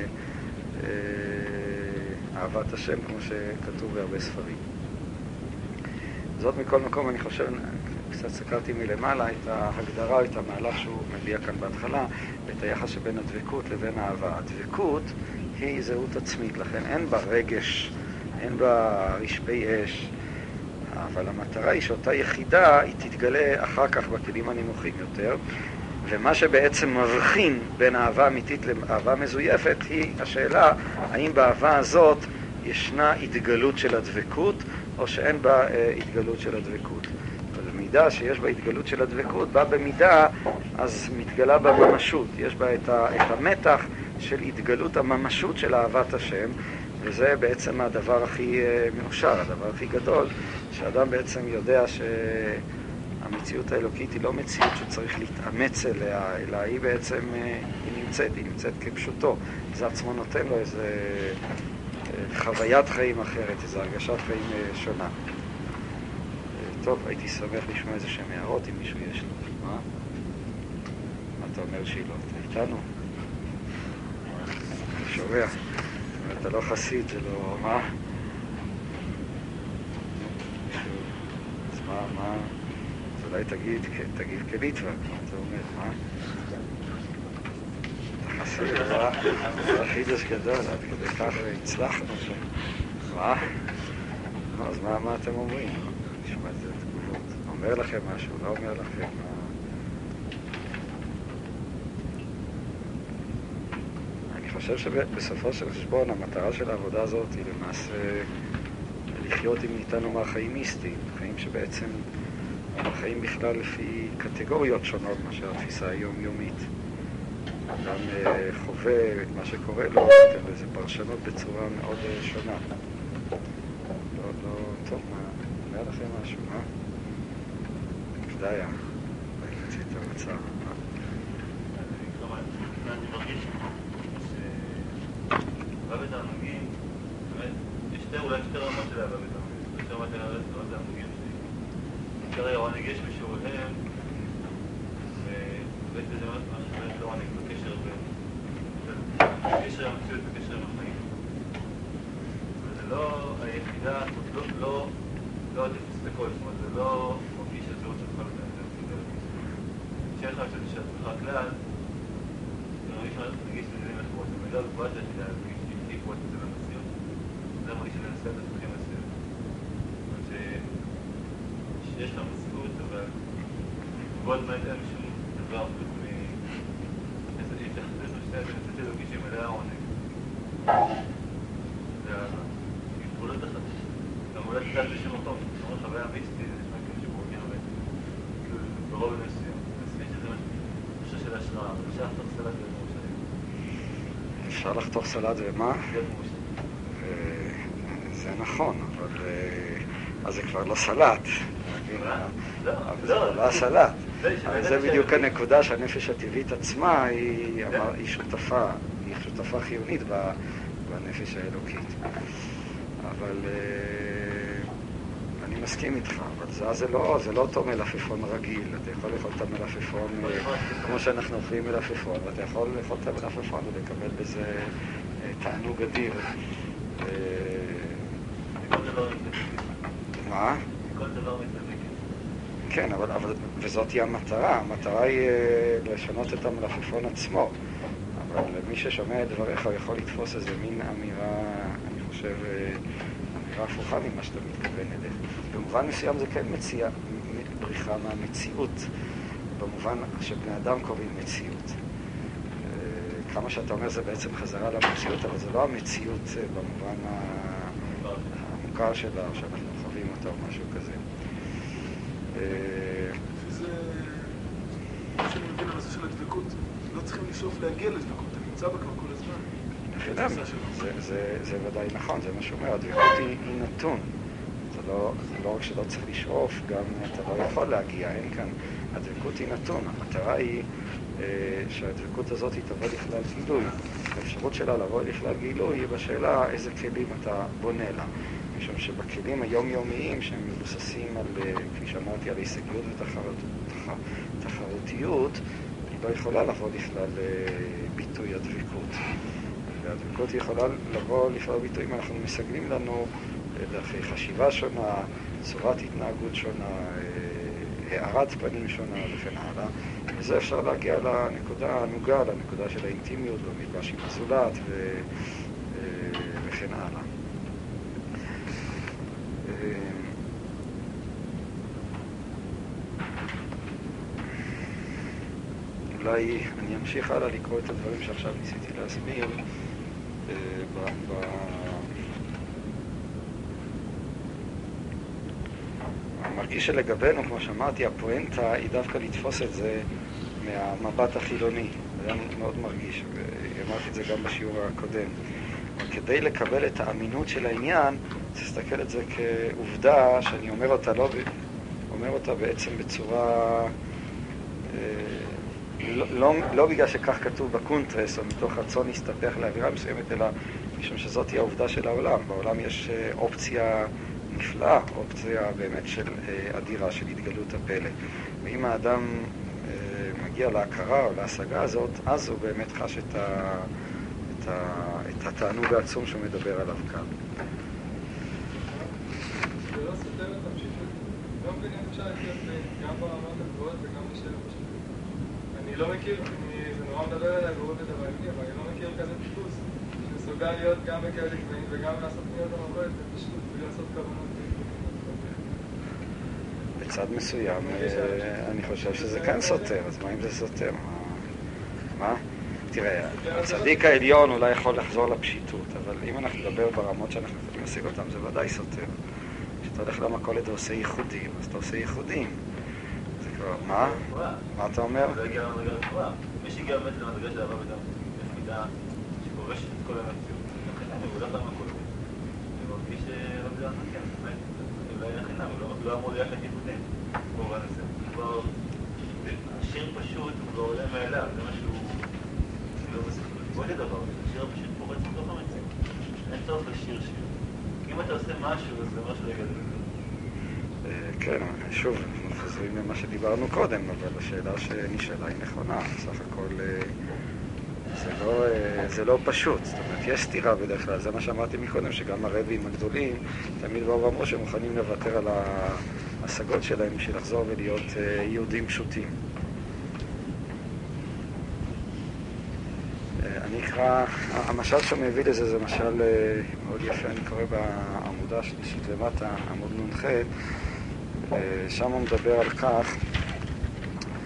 אהבת השם, כמו שכתוב בהרבה ספרים. זאת מכל מקום, אני חושב, קצת סקרתי מלמעלה את ההגדרה, את המהלך שהוא מביע כאן בהתחלה, ואת היחס שבין הדבקות לבין האהבה. הדבקות היא זהות עצמית, לכן אין בה רגש, אין בה רשפי אש, אבל המטרה היא שאותה יחידה היא תתגלה אחר כך בכלים הנמוכים יותר, ומה שבעצם מבחין בין אהבה אמיתית לאהבה מזויפת היא השאלה האם באהבה הזאת ישנה התגלות של הדבקות או שאין בה התגלות של הדבקות. במידה שיש בה התגלות של הדבקות, בה במידה אז מתגלה בה ממשות, יש בה את המתח של התגלות הממשות של אהבת השם, וזה בעצם הדבר הכי מאושר, הדבר הכי גדול, שאדם בעצם יודע שהמציאות האלוקית היא לא מציאות שצריך להתאמץ אליה, אלא היא בעצם, היא נמצאת כפשוטו. זה עצמו נותן לו איזו חוויית חיים אחרת, איזו הרגשת חיים שונה. טוב, הייתי שמח לשמוע איזה שהם הערות, אם מישהו יש לו. מה? מה אתה אומר שהיא לא? אתה איתנו? אתה שומע? אתה לא חסיד, זה לא... מה? אז מה? אז אולי תגיב כליטווה, כמו אתה אומר, מה? אתה חסיד, זה החידוש גדול, עד כדי כך הצלחנו שם. מה? אז מה אתם אומרים? נשמע את זה תגובות. אומר לכם משהו, לא אומר לכם מה... אני חושב שבסופו של חשבון המטרה של העבודה הזאת היא למעשה לחיות, אם ניתן לומר, חיים מיסטיים, חיים שבעצם חיים בכלל לפי קטגוריות שונות מאשר התפיסה היומיומית. אדם חווה את מה שקורה לו, נותן לזה פרשנות בצורה מאוד שונה. לא, טוב, מה, אומר לכם משהו, מה? כדאיה, ראיתי את המצב. אני מרגיש אהבה בתענוגים, יש אולי שתי רמות של אהבה בתענוגים. יש רמת אהבה בתענוגים שעיקר היה עונג יש בשיעוריהם, ובעצם זה ממש לא עונג בקשר בקשר המציאות, בקשר עם החיים. וזה לא היחידה, לא תפס את הכל, זאת אומרת, זה לא מרגיש את זהות שלך לתענוגים. שאלה לך שעצמך הכלל, נגיש לזה מחברות, במידה גבוהה שהיחידה להרגיש פרוט את זה במציאות. זה מרגיש לנסה את עצמכם מסוים. זאת אומרת שיש לך מציאות, אבל ועוד מעט אין שום דבר חוץ מ... איזה שתי הדמצת אלוקי שמלאה העונג. זה ההתבולות אחת. גם אולי תדעת בשום מקום. זאת אומרת, חוויה מיסטי, זה נשמע כאילו שמורגים הרבה. כאילו, ברוב מסוים. מספיק שזה משהו של השראה. אפשר לחתוך סלט להיות מאושרים. אפשר לחתוך סלט ומה? להיות מאושרים. זה נכון, אבל... אז זה כבר לא סלט. אבל זה לא הסלט. זה בדיוק הנקודה שהנפש הטבעית עצמה היא שותפה חיונית בנפש האלוקית. אבל אני מסכים איתך, אבל זה לא אותו מלפפון רגיל. אתה יכול לאכול את המלפפון כמו שאנחנו אוכלים מלפפון, ואתה יכול לאכול את המלפפון ולקבל בזה תענוג אדיר. מה? כל דבר מתנדק. כן, וזאת היא המטרה. המטרה היא לשנות את המלפפון עצמו. אבל מי ששומע את דבריך יכול לתפוס איזה מין אמירה, אני חושב, אמירה הפוכה ממה שאתה מתכוון אליך. במובן מסוים זה כן מציע בריחה מהמציאות, במובן שבני אדם קוראים מציאות. כמה שאתה אומר זה בעצם חזרה למציאות, אבל זה לא המציאות במובן המוכר שלה, שאנחנו חווים אותה או משהו כזה. שזה, מה שאני מבין הנושא של הדבקות, לא צריכים לשאוף להגיע לדבקות, אני נמצא בה כבר כל הזמן. זה ודאי נכון, זה מה שאומר, הדבקות היא נתון. זה לא רק שלא צריך לשאוף, גם אתה לא יכול להגיע, אין כאן. הדבקות היא נתון, המטרה היא שהדבקות הזאת תבוא לכלל גילוי. האפשרות שלה לבוא לכלל גילוי היא בשאלה איזה כלים אתה בונה לה. משום שבכלים היומיומיים שהם מבוססים על, כפי שאמרתי, על הישגיות ותחרותיות, היא לא יכולה לבוא לכלל ביטוי הדבקות. והדבקות יכולה לבוא לכלל ביטוי אם אנחנו מסגלים לנו דרכי חשיבה שונה, צורת התנהגות שונה, הערת פנים שונה וכן הלאה. וזה אפשר להגיע לנקודה הנוגה, לנקודה של האינטימיות במפגש עם הזולת וכן הלאה. אולי אני אמשיך הלאה לקרוא את הדברים שעכשיו ניסיתי להסביר מרגיש שלגבינו, כמו שאמרתי, הפואנטה היא דווקא לתפוס את זה מהמבט החילוני. זה היה מאוד מרגיש, ואמרתי את זה גם בשיעור הקודם. אבל כדי לקבל את האמינות של העניין, תסתכל את זה כעובדה שאני אומר אותה בעצם בצורה... לא בגלל שכך כתוב בקונטרס, או מתוך רצון להסתפח לאווירה מסוימת, אלא משום שזאת היא העובדה של העולם. בעולם יש אופציה נפלאה, אופציה באמת של אדירה, של התגלות הפלא. ואם האדם מגיע להכרה או להשגה הזאת, אז הוא באמת חש את התענוג העצום שהוא מדבר עליו כאן. זה לא סותר את הפשיטות. לא מבינים אפשר לחיות גם ברמות הגבוהות וגם בשאלה פשוט. אני לא מכיר, זה נורא מדבר אליי ברור את הבעייתי, אבל אני לא מכיר כזה טיפוס שמסוגל להיות גם בכאלה גבוהים וגם לעשות פניות המבואות בפשטות ולעשות כוונות. בצד מסוים, אני חושב שזה כן סותר, אז מה אם זה סותר? מה? תראה, הצדיק העליון אולי יכול לחזור לפשיטות, אבל אם אנחנו נדבר ברמות שאנחנו יכולים להשיג אותם, זה ודאי סותר. כשאתה הולך למכולת ועושה ייחודים, אז אתה עושה ייחודים. זה כבר, מה? מה אתה אומר? זה הגיע למדרגה רחובה. מי שהגיע באמת למדרגה של אהבה ודם, במידה שפורשת את כל המציאות, לכן הוא הולך למכולת. הוא מרגיש שלא בגלל הנקן, אולי לכן הוא לא אמור ללכת ייחודים. במובן הזה. כבר, השיר פשוט הוא כבר עולה מאליו, זה משהו לא בספרות. עוד דבר, השיר פשוט פורץ בתוך המציאות. אין צורך לשיר שיר. כי אם אתה עושה משהו, אז זה משהו לגדול. כן, שוב, אנחנו חוזרים למה שדיברנו קודם, אבל השאלה שנשאלה היא נכונה. בסך הכל זה לא פשוט. זאת אומרת, יש סתירה בדרך כלל. זה מה שאמרתי מקודם, שגם הרבים הגדולים תמיד באו ואמרו שהם מוכנים לוותר על ההשגות שלהם בשביל לחזור ולהיות יהודים פשוטים. אני אקרא, המשל שמביא לזה זה משל מאוד יפה, אני קורא בעמודה השלישית למטה, עמוד נ"ח, שם הוא מדבר על כך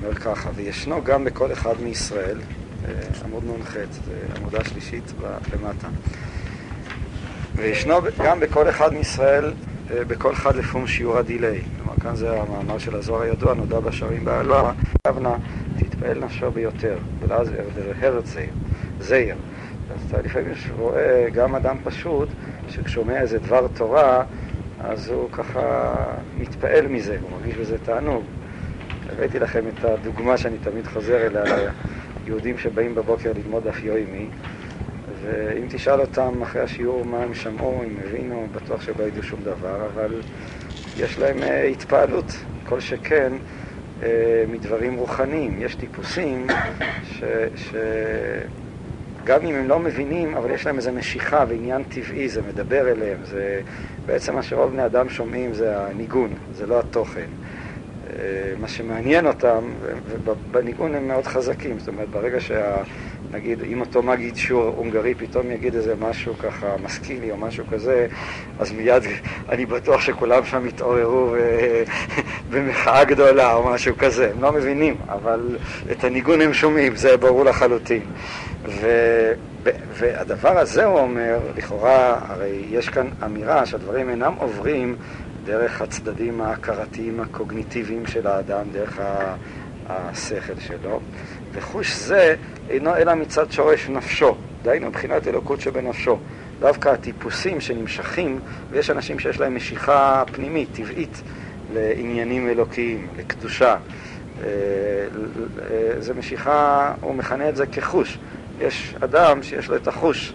אומר ככה, וישנו גם בכל אחד מישראל, עמוד נ"ח, עמודה שלישית למטה. וישנו גם בכל אחד מישראל, בכל אחד לפום שיעור הדילי. כלומר, כאן זה המאמר של הזוהר הידוע, נודע בשערים בעלוה, אבנה, תתפעל נפשו ביותר, ולאז הרהר זהיר. אז אתה לפעמים רואה גם אדם פשוט, שכשומע איזה דבר תורה, אז הוא ככה מתפעל מזה, הוא מרגיש בזה תענוג. הבאתי לכם את הדוגמה שאני תמיד חוזר אליה, יהודים שבאים בבוקר ללמוד דף יומי, ואם תשאל אותם אחרי השיעור מה הם שמעו, הם הבינו, בטוח שלא ידעו שום דבר, אבל יש להם התפעלות, כל שכן מדברים רוחניים. יש טיפוסים גם אם הם לא מבינים, אבל יש להם איזו משיכה ועניין טבעי, זה מדבר אליהם, זה בעצם מה שרוב בני אדם שומעים זה הניגון, זה לא התוכן. מה שמעניין אותם, ובניגון הם מאוד חזקים, זאת אומרת, ברגע נגיד, אם אותו מגיד שיעור הונגרי פתאום יגיד איזה משהו ככה משכילי או משהו כזה, אז מיד אני בטוח שכולם שם יתעוררו במחאה גדולה או משהו כזה. הם לא מבינים, אבל את הניגון הם שומעים, זה ברור לחלוטין. והדבר הזה הוא אומר, לכאורה, הרי יש כאן אמירה שהדברים אינם עוברים דרך הצדדים ההכרתיים הקוגניטיביים של האדם, דרך השכל שלו, וחוש זה אינו אלא מצד שורש נפשו, דהיינו מבחינת אלוקות שבנפשו. דווקא הטיפוסים שנמשכים, ויש אנשים שיש להם משיכה פנימית, טבעית, לעניינים אלוקיים, לקדושה. זה משיכה, הוא מכנה את זה כחוש. יש אדם שיש לו את החוש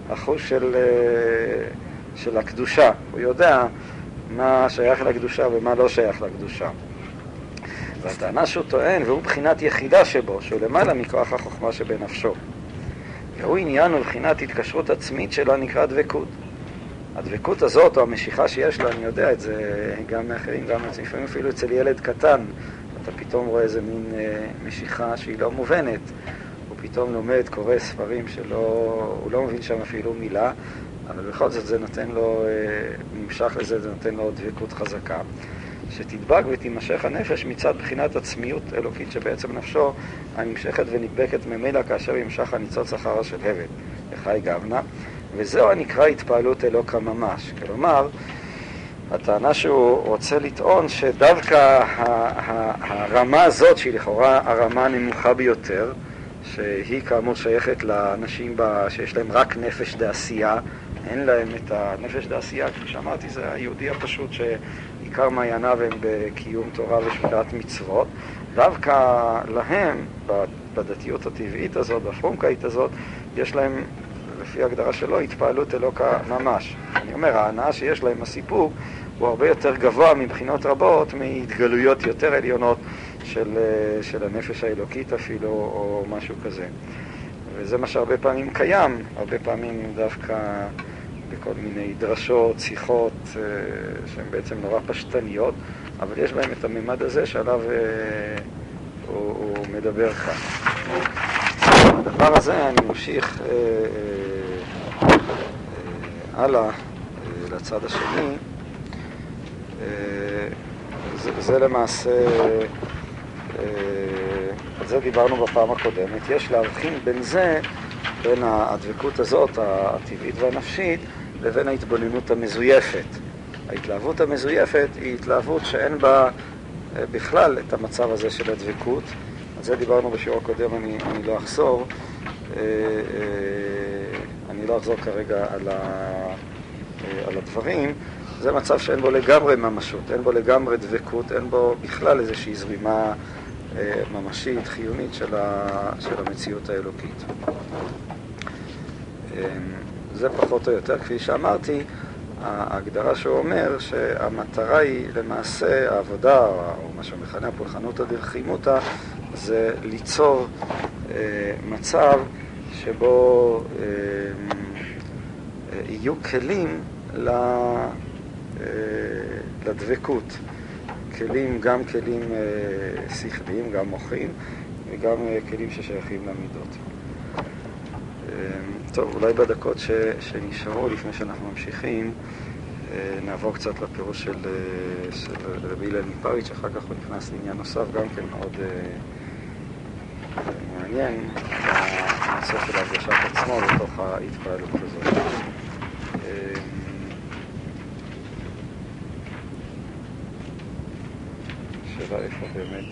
של הקדושה. הוא יודע מה שייך לקדושה ומה לא שייך לקדושה. והטענה שהוא טוען, והוא בחינת יחידה שבו, שהוא למעלה מכוח החוכמה שבנפשו. והוא עניין ובחינת התקשרות עצמית שלה נקרא דבקות. הדבקות הזאת, או המשיכה שיש לה, אני יודע את זה גם מאחרים, גם לפעמים אפילו אצל ילד קטן, אתה פתאום רואה איזה מין משיכה שהיא לא מובנת, הוא פתאום לומד, קורא ספרים הוא לא מבין שם אפילו מילה, אבל בכל זאת זה נותן לו, נמשך לזה, זה נותן לו דבקות חזקה. שתדבק ותימשך הנפש מצד בחינת עצמיות אלוקית שבעצם נפשו הנמשכת ונדבקת ממילא כאשר ימשך הניצוץ אחרה של הבד, לחי גבנה, וזהו הנקרא התפעלות אלוקה ממש. כלומר, הטענה שהוא רוצה לטעון שדווקא הרמה הזאת, שהיא לכאורה הרמה הנמוכה ביותר, שהיא כאמור שייכת לאנשים שיש להם רק נפש דעשייה, אין להם את הנפש דעשייה, כפי שאמרתי, זה היהודי הפשוט שעיקר מעייניו הם בקיום תורה ושמירת מצוות. דווקא להם, בדתיות הטבעית הזאת, בפרומקאית הזאת, יש להם, לפי ההגדרה שלו, התפעלות אלוקה ממש. אני אומר, ההנאה שיש להם, הסיפוק, הוא הרבה יותר גבוה מבחינות רבות, מהתגלויות יותר עליונות של הנפש האלוקית אפילו, או משהו כזה. וזה מה שהרבה פעמים קיים, הרבה פעמים דווקא בכל מיני דרשות, שיחות, שהן בעצם נורא פשטניות, אבל יש בהם את הממד הזה שעליו הוא מדבר כאן. הדבר הזה אני ממשיך הלאה לצד השני. זה למעשה, על זה דיברנו בפעם הקודמת. יש להבחין בין זה, בין הדבקות הזאת, הטבעית והנפשית, לבין ההתבוננות המזויפת. ההתלהבות המזויפת היא התלהבות שאין בה בכלל את המצב הזה של הדבקות. על זה דיברנו בשיעור הקודם, אני לא אחזור. אני לא אחזור כרגע על הדברים. זה מצב שאין בו לגמרי ממשות, אין בו לגמרי דבקות, אין בו בכלל איזושהי זרימה ממשית, חיונית של המציאות האלוקית. זה פחות או יותר, כפי שאמרתי, ההגדרה שהוא אומר שהמטרה היא למעשה העבודה, או מה שמכנה הפולחנות הדרחימותא, זה ליצור מצב שבו יהיו כלים לדבקות. כלים, גם כלים שכליים, גם מוחיים, וגם כלים ששייכים למידות. טוב, אולי בדקות שנשארו לפני שאנחנו ממשיכים, נעבור קצת לפירוש של רבי הלל מפריץ', אחר כך הוא נכנס לעניין נוסף, גם כן מאוד מעניין הנושא של הרגשת עצמו בתוך ההתפעלות הזאת. שאלה איפה באמת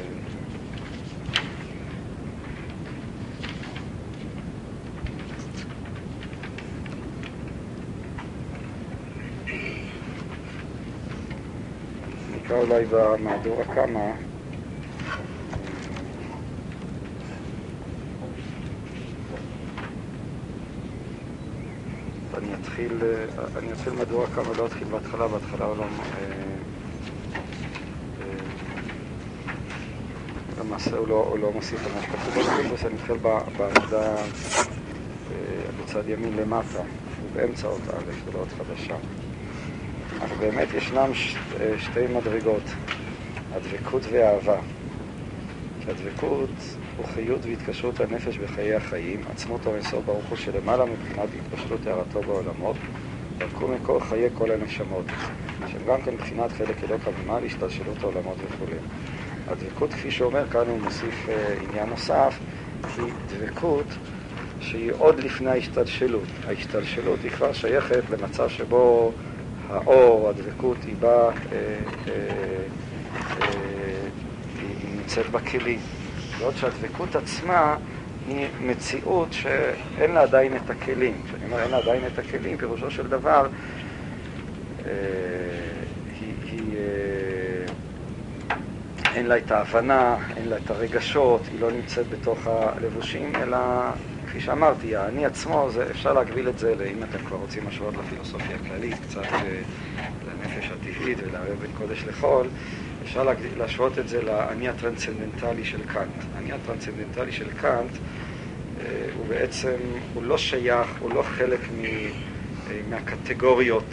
נקרא אולי במהדורה כמה אני אתחיל מהדורה כמה, לא אתחיל בהתחלה הוא למעשה הוא לא מוסיף על מה שכתוב בקורס, אני אתחיל בעמודה בצד ימין למטה, ובאמצע אותה א', זה לא עוד חדשה. אז באמת ישנם שתי מדרגות, הדבקות והאהבה. שהדבקות הוא חיות והתקשרות הנפש בחיי החיים, עצמות אור אינסוף ברוך הוא שלמעלה מבחינת התפשטות הערתו בעולמות, דרכו מקור חיי כל הנשמות, שהם גם כן מבחינת חלק אלוק אבימה להשתלשלות העולמות וכו'. הדבקות, כפי שאומר כאן, הוא מוסיף עניין נוסף, היא דבקות שהיא עוד לפני ההשתלשלות. ההשתלשלות היא כבר שייכת למצב שבו האור, הדבקות, היא באה, היא נמצאת בכלים. בעוד שהדבקות עצמה היא מציאות שאין לה עדיין את הכלים. כשאני אומר אין לה עדיין את הכלים, פירושו של דבר, אין לה את ההבנה, אין לה את הרגשות, היא לא נמצאת בתוך הלבושים, אלא כפי שאמרתי, האני עצמו, אפשר להגביל את זה, אם אתם כבר רוצים משהו לפילוסופיה הכללית, קצת לנפש הטבעית ולערב בין קודש לחול, אפשר להשוות את זה לאני הטרנסצנדנטלי של קאנט. האני הטרנסצנדנטלי של קאנט הוא בעצם, הוא לא שייך, הוא לא חלק מהקטגוריות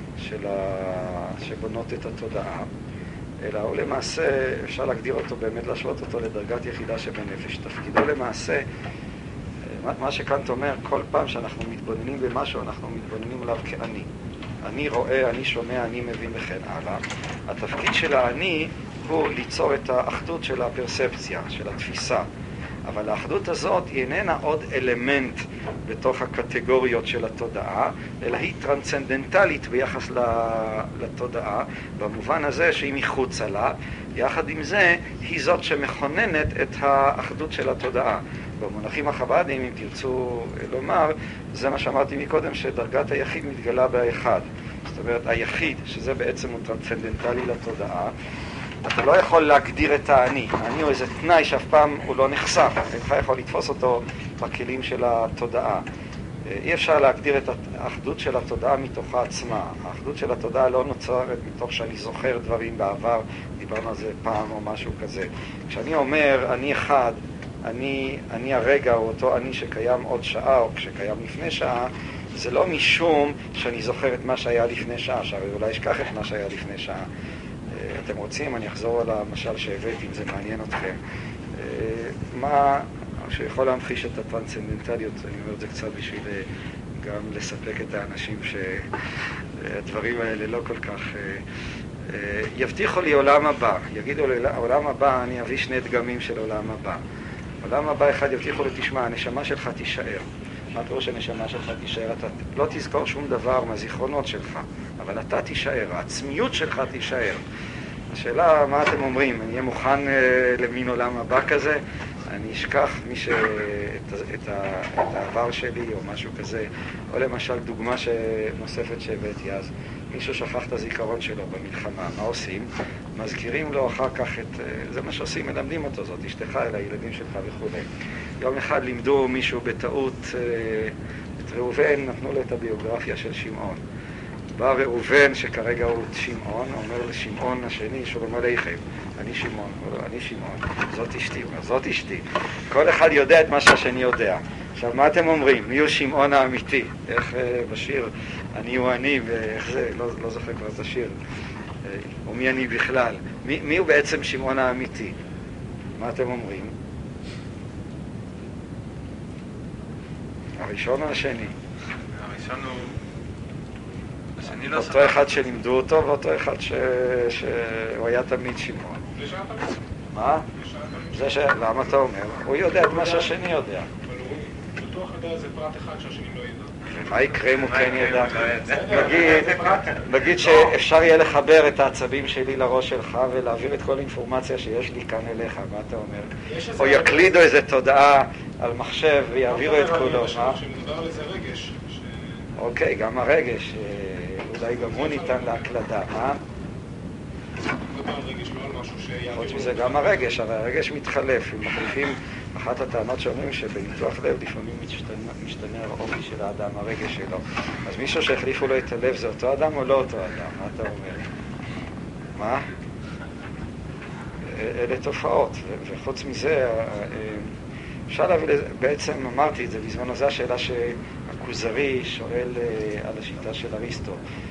שבונות את התודעה, אלא הוא למעשה, אפשר להגדיר אותו, באמת להשוות אותו לדרגת יחידה שבנפש. תפקידו למעשה, מה שקאנט אומר, כל פעם שאנחנו מתבוננים במשהו, אנחנו מתבוננים עליו כאני. אני רואה, אני שומע, אני מבין וכן הלאה. התפקיד של האני הוא ליצור את האחדות של הפרספציה, של התפיסה. אבל האחדות הזאת היא איננה עוד אלמנט בתוך הקטגוריות של התודעה, אלא היא טרנסצנדנטלית ביחס לתודעה, במובן הזה שהיא מחוצה לה. יחד עם זה, היא זאת שמכוננת את האחדות של התודעה. במונחים החב"דיים, אם תרצו לומר, זה מה שאמרתי מקודם, שדרגת היחיד מתגלה באחד. זאת אומרת, היחיד, שזה בעצם הוא טרנסצנדנטלי לתודעה, אתה לא יכול להגדיר את האני. האני הוא איזה תנאי שאף פעם הוא לא נחשף. אינך יכול לתפוס אותו בכלים של התודעה. אי אפשר להגדיר את האחדות של התודעה מתוכה עצמה. האחדות של התודעה לא נוצרת מתוך שאני זוכר דברים בעבר, דיברנו על זה פעם או משהו כזה. כשאני אומר, אני אחד, אני הרגע, או אותו אני שקיים עוד שעה, או שקיים לפני שעה, זה לא משום שאני זוכר את מה שהיה לפני שעה, שהרי אולי אשכח את מה שהיה לפני שעה. אתם רוצים, אני אחזור על המשל שהבאתי, אם זה מעניין אתכם. מה שיכול להמחיש את הטרנסצנדנטליות, אני אומר את זה קצת בשביל גם לספק את האנשים שהדברים האלה לא כל כך... יבטיחו לי עולם הבא, יגידו לי עולם הבא, אני אביא שני דגמים של עולם הבא. עולם הבא אחד יבטיחו לי, תשמע, הנשמה שלך תישאר. מה פירוש הנשמה שלך תישאר? אתה לא תזכור שום דבר מהזיכרונות שלך, אבל אתה תישאר, העצמיות שלך תישאר. השאלה, מה אתם אומרים? אני אהיה מוכן למין עולם הבא כזה? אני אשכח את העבר שלי או משהו כזה, או למשל דוגמה נוספת שהבאתי אז, מישהו שכח את הזיכרון שלו במלחמה, מה עושים? מזכירים לו אחר כך זה מה שעושים, מלמדים אותו, זאת אשתך, אל הילדים שלך וכו'. יום אחד לימדו מישהו בטעות את ראובן, נתנו לו את הביוגרפיה של שמעון. בא ראובן, שכרגע הוא שמעון, אומר לשמעון השני, שלום עליכם, אני שמעון, אני שמעון, זאת אשתי, זאת אשתי. כל אחד יודע את מה שהשני יודע. עכשיו, מה אתם אומרים? מי הוא שמעון האמיתי? איך בשיר, אני הוא אני, ואיך זה, לא זוכר כבר את השיר. ומי אני בכלל? מי הוא בעצם שמעון האמיתי? מה אתם אומרים? הראשון או השני? הראשון הוא... אותו אחד שלימדו אותו, ואותו אחד שהוא היה תמיד שמעון. מה? זה למה אתה אומר? הוא יודע את מה שהשני יודע. אבל הוא בטוח יודע איזה פרט אחד שהשני לא ידע. מה יקרה אם הוא כן ידע? נגיד שאפשר יהיה לחבר את העצבים שלי לראש שלך ולהעביר את כל האינפורמציה שיש לי כאן אליך, מה אתה אומר? או יקלידו איזה תודעה על מחשב ויעבירו את כולו, מה? שמדבר על איזה רגש. אוקיי, גם הרגש, אולי גם הוא ניתן להקלדה, מה? מדבר על רגש, לא על משהו שיעבירו. חוץ מזה גם הרגש, הרי הרגש מתחלף, אם מחליפים אחת הטענות שאומרים שבניתוח לב לפעמים משתנה האופי של האדם, הרגש שלו. אז מישהו שהחליפו לו את הלב זה אותו אדם או לא אותו אדם? מה אתה אומר? מה? אלה תופעות, וחוץ מזה אפשר להביא לזה, בעצם אמרתי את זה בזמנו, זו השאלה שהכוזרי שואל על השיטה של אריסטו.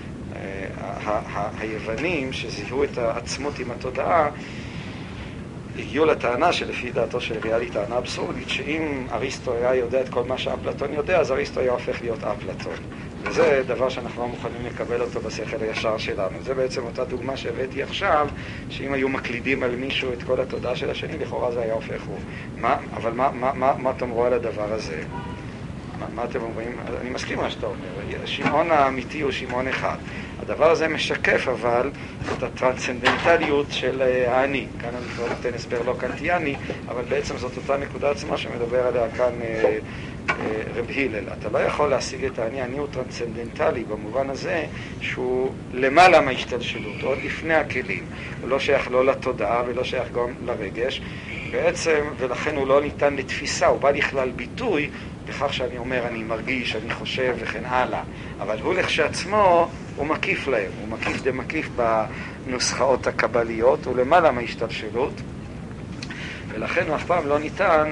היוונים שזיהו את העצמות עם התודעה הגיעו לטענה שלפי דעתו של ריאלי טענה אבסורדית, שאם אריסטו היה יודע את כל מה שאפלטון יודע, אז אריסטו היה הופך להיות אפלטון. וזה דבר שאנחנו לא מוכנים לקבל אותו בשכל הישר שלנו. זה בעצם אותה דוגמה שהבאתי עכשיו, שאם היו מקלידים על מישהו את כל התודעה של השני, לכאורה זה היה הופך הוא. אבל מה תאמרו על הדבר הזה? מה אתם אומרים? אני מסכים מה שאתה אומר. שמעון האמיתי הוא שמעון אחד. הדבר הזה משקף אבל את הטרנסצנדנטליות של האני. כאן אני כבר נותן הסבר לא קנטיאני, אבל בעצם זאת אותה נקודה עצמה שמדבר עליה כאן רב הלל. אתה לא יכול להשיג את האני, האני הוא טרנסצנדנטלי במובן הזה שהוא למעלה מההשתלשלות, עוד לפני הכלים. הוא לא שייך לא לתודעה ולא שייך גם לרגש. בעצם, ולכן הוא לא ניתן לתפיסה, הוא בא לכלל ביטוי בכך שאני אומר, אני מרגיש, אני חושב וכן הלאה. אבל הוא לכשעצמו, הוא מקיף להם, הוא מקיף דמקיף בנוסחאות הקבליות, הוא למעלה מההשתלשלות, ולכן הוא אף פעם לא ניתן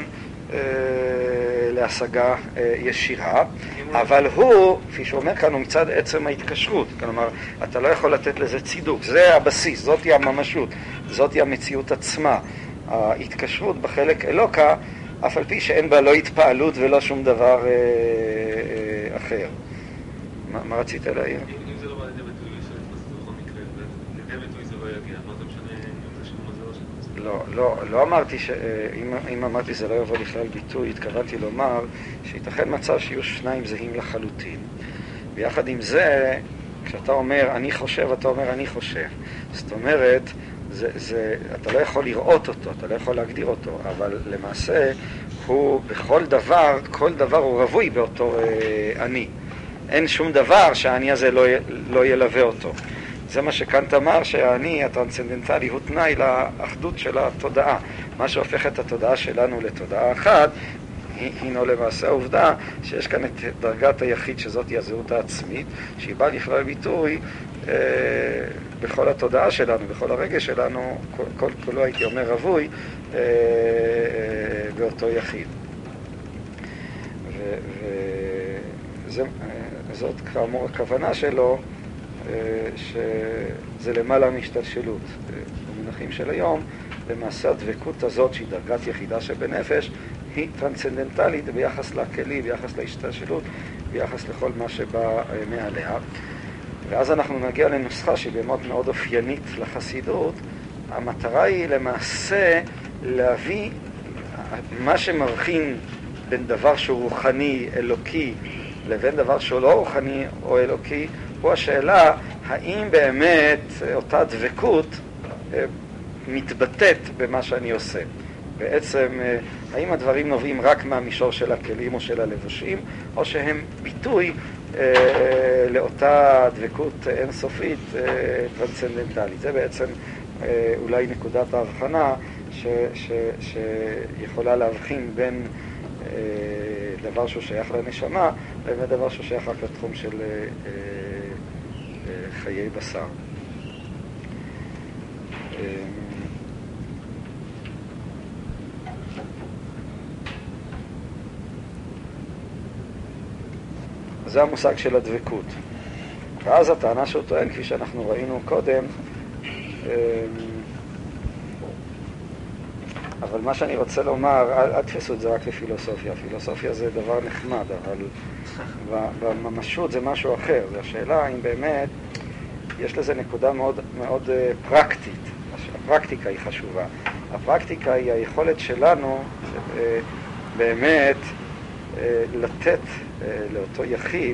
להשגה ישירה, אבל הוא, כפי שאומר כאן, הוא מצד עצם ההתקשרות. כלומר, אתה לא יכול לתת לזה צידוק, זה הבסיס, זאת היא הממשות, זאת היא המציאות עצמה. ההתקשרות בחלק אלוקה, אף על פי שאין בה לא התפעלות ולא שום דבר אחר. מה רצית להעיר? אם זה לא בא לידי ביטוי של התפסות בכל מקרה, לידי ביטוי זה לא יגיע, מה זה משנה אם זה שום זה או שזה? לא אמרתי אם אמרתי זה לא יבוא לכלל ביטוי, התכוונתי לומר שיתכן מצב שיהיו שניים זהים לחלוטין. ויחד עם זה, כשאתה אומר אני חושב, אתה אומר אני חושב. זאת אומרת, אתה לא יכול לראות אותו, אתה לא יכול להגדיר אותו, אבל למעשה הוא בכל דבר, כל דבר הוא רבוי באותו אני. אין שום דבר שהאני הזה לא ילווה אותו. זה מה שקאנט אמר, שהאני הטרנסצנדנטלי הוא תנאי לאחדות של התודעה. מה שהופך את התודעה שלנו לתודעה אחת, הינו למעשה העובדה שיש כאן את דרגת היחיד שזאת היא הזהות העצמית, שהיא באה לכלל ביטוי בכל התודעה שלנו, בכל הרגש שלנו, כולו הייתי אומר רבוי באותו יחיד. וזאת כאמור הכוונה שלו, שזה למעלה מהשתלשלות. במונחים של היום, למעשה הדבקות הזאת שהיא דרגת יחידה שבנפש, היא טרנסצנדנטלית ביחס לכלי, ביחס להשתלשלות, ביחס לכל מה שבא מעליה. ואז אנחנו נגיע לנוסחה שהיא באמת מאוד אופיינית לחסידות. המטרה היא למעשה להביא מה שמבחין בין דבר שהוא רוחני, אלוקי, לבין דבר שהוא לא רוחני או אלוקי, הוא השאלה האם באמת אותה דבקות מתבטאת במה שאני עושה. בעצם, האם הדברים נובעים רק מהמישור של הכלים או של הלבושים, או שהם ביטוי לאותה דבקות אינסופית טרנסצנדנטלית. זה בעצם אולי נקודת ההבחנה שיכולה להבחין בין דבר שהוא שייך לנשמה לבין דבר שהוא שייך רק לתחום של חיי בשר. זה המושג של הדבקות. ואז הטענה שהוא טוען, כפי שאנחנו ראינו קודם, אבל מה שאני רוצה לומר, אל תפסו את זה רק לפילוסופיה. פילוסופיה זה דבר נחמד, אבל בממשות זה משהו אחר. זו השאלה אם באמת יש לזה נקודה מאוד, מאוד פרקטית. הפרקטיקה היא חשובה. הפרקטיקה היא היכולת שלנו באמת לתת לאותו יחיד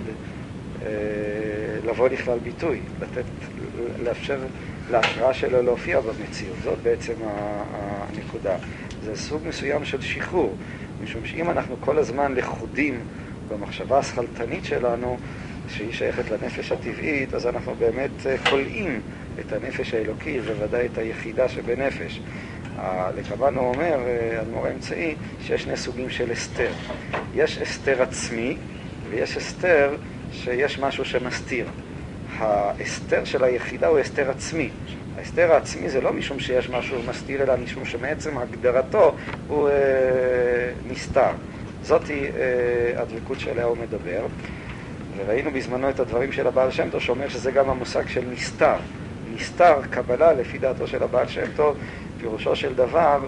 לבוא לכלל ביטוי, לאפשר להשראה שלו להופיע במציאות. זאת בעצם הנקודה. זה סוג מסוים של שחרור, משום שאם אנחנו כל הזמן לכודים במחשבה השכלתנית שלנו, שהיא שייכת לנפש הטבעית, אז אנחנו באמת קולעים את הנפש האלוקי, וודאי את היחידה שבנפש. לקב"ן הוא אומר, אדמו"ר האמצעי, שיש שני סוגים של אסתר. יש אסתר עצמי, ויש אסתר שיש משהו שמסתיר. האסתר של היחידה הוא אסתר עצמי. האסתר העצמי זה לא משום שיש משהו מסתיר, אלא משום שמעצם הגדרתו הוא נסתר. זאת היא הדבקות שעליה הוא מדבר. וראינו בזמנו את הדברים של הבעל שם טוב, שאומר שזה גם המושג של נסתר. נסתר, קבלה, לפי דעתו של הבעל שם טוב, פירושו של דבר,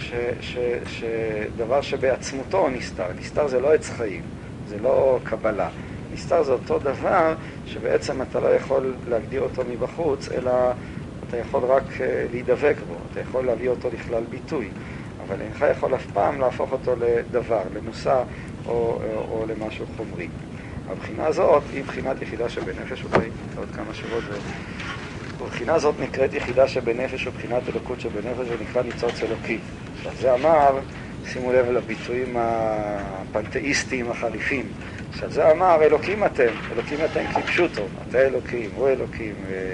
דבר שבעצמותו הוא נסתר. נסתר זה לא עץ חיים, זה לא קבלה. נסתר זה אותו דבר שבעצם אתה לא יכול להגדיר אותו מבחוץ, אלא אתה יכול רק להידבק בו, אתה יכול להביא אותו לכלל ביטוי, אבל אינך יכול אף פעם להפוך אותו לדבר, למושא או למשהו חומרי. הבחינה הזאת היא בחינת יחידה שבנפש, אולי עוד כמה שורות, הבחינה הזאת נקראת יחידה שבנפש ובחינת אלוקות שבנפש, ונקרא ניצוץ אלוקי. עכשיו זה אמר, שימו לב לביטויים הפנתאיסטיים החליפים. עכשיו זה אמר, אלוקים אתם כפשוטו, אתה אלוקים, הוא אלוקים,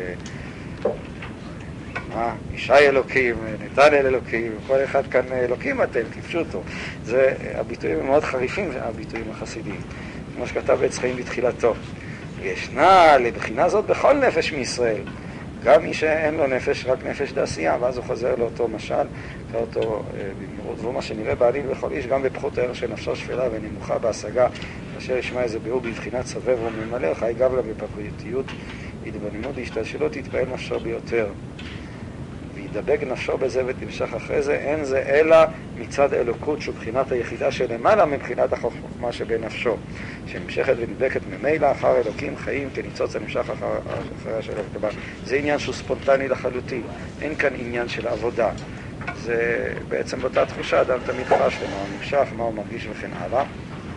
ישי אלוקים, נתנאל אלוקים, כל אחד כאן אלוקים אתם כפשוטו. זה, הביטויים הם מאוד חריפים, הביטויים החסידיים, כמו שכתב עץ חיים בתחילתו. ישנה לבחינה זאת בכל נפש מישראל, גם מי שאין לו נפש, רק נפש דעשייה, ואז הוא חוזר לאותו משל, לאותו במהירות. והוא מה שנראה בעליל בכל איש, גם בפחות הערך של נפשו שפלה ונמוכה בהשגה, אשר ישמע איזה ביאור בבחינת סובב וממלא, חי גבלה בפקויותיות, התבוננות והשתלשלות, יתפעל נפשו ביותר. וידבק נפשו בזה ותמשך אחרי זה, אין זה אלא מצד אלוקות, שהוא בחינת היחידה שלמעלה מבחינת החוכמה שבנפשו, שנמשכת ונדבקת ממילא אחר אלוקים חיים כניצוץ הנמשך אחריה של הכתבה. זה עניין שהוא ספונטני לחלוטין, אין כאן עניין של עבודה. זה בעצם באותה תחושה, אדם תמיד חש למה הוא נמשך, מה הוא מרגיש וכן הלאה.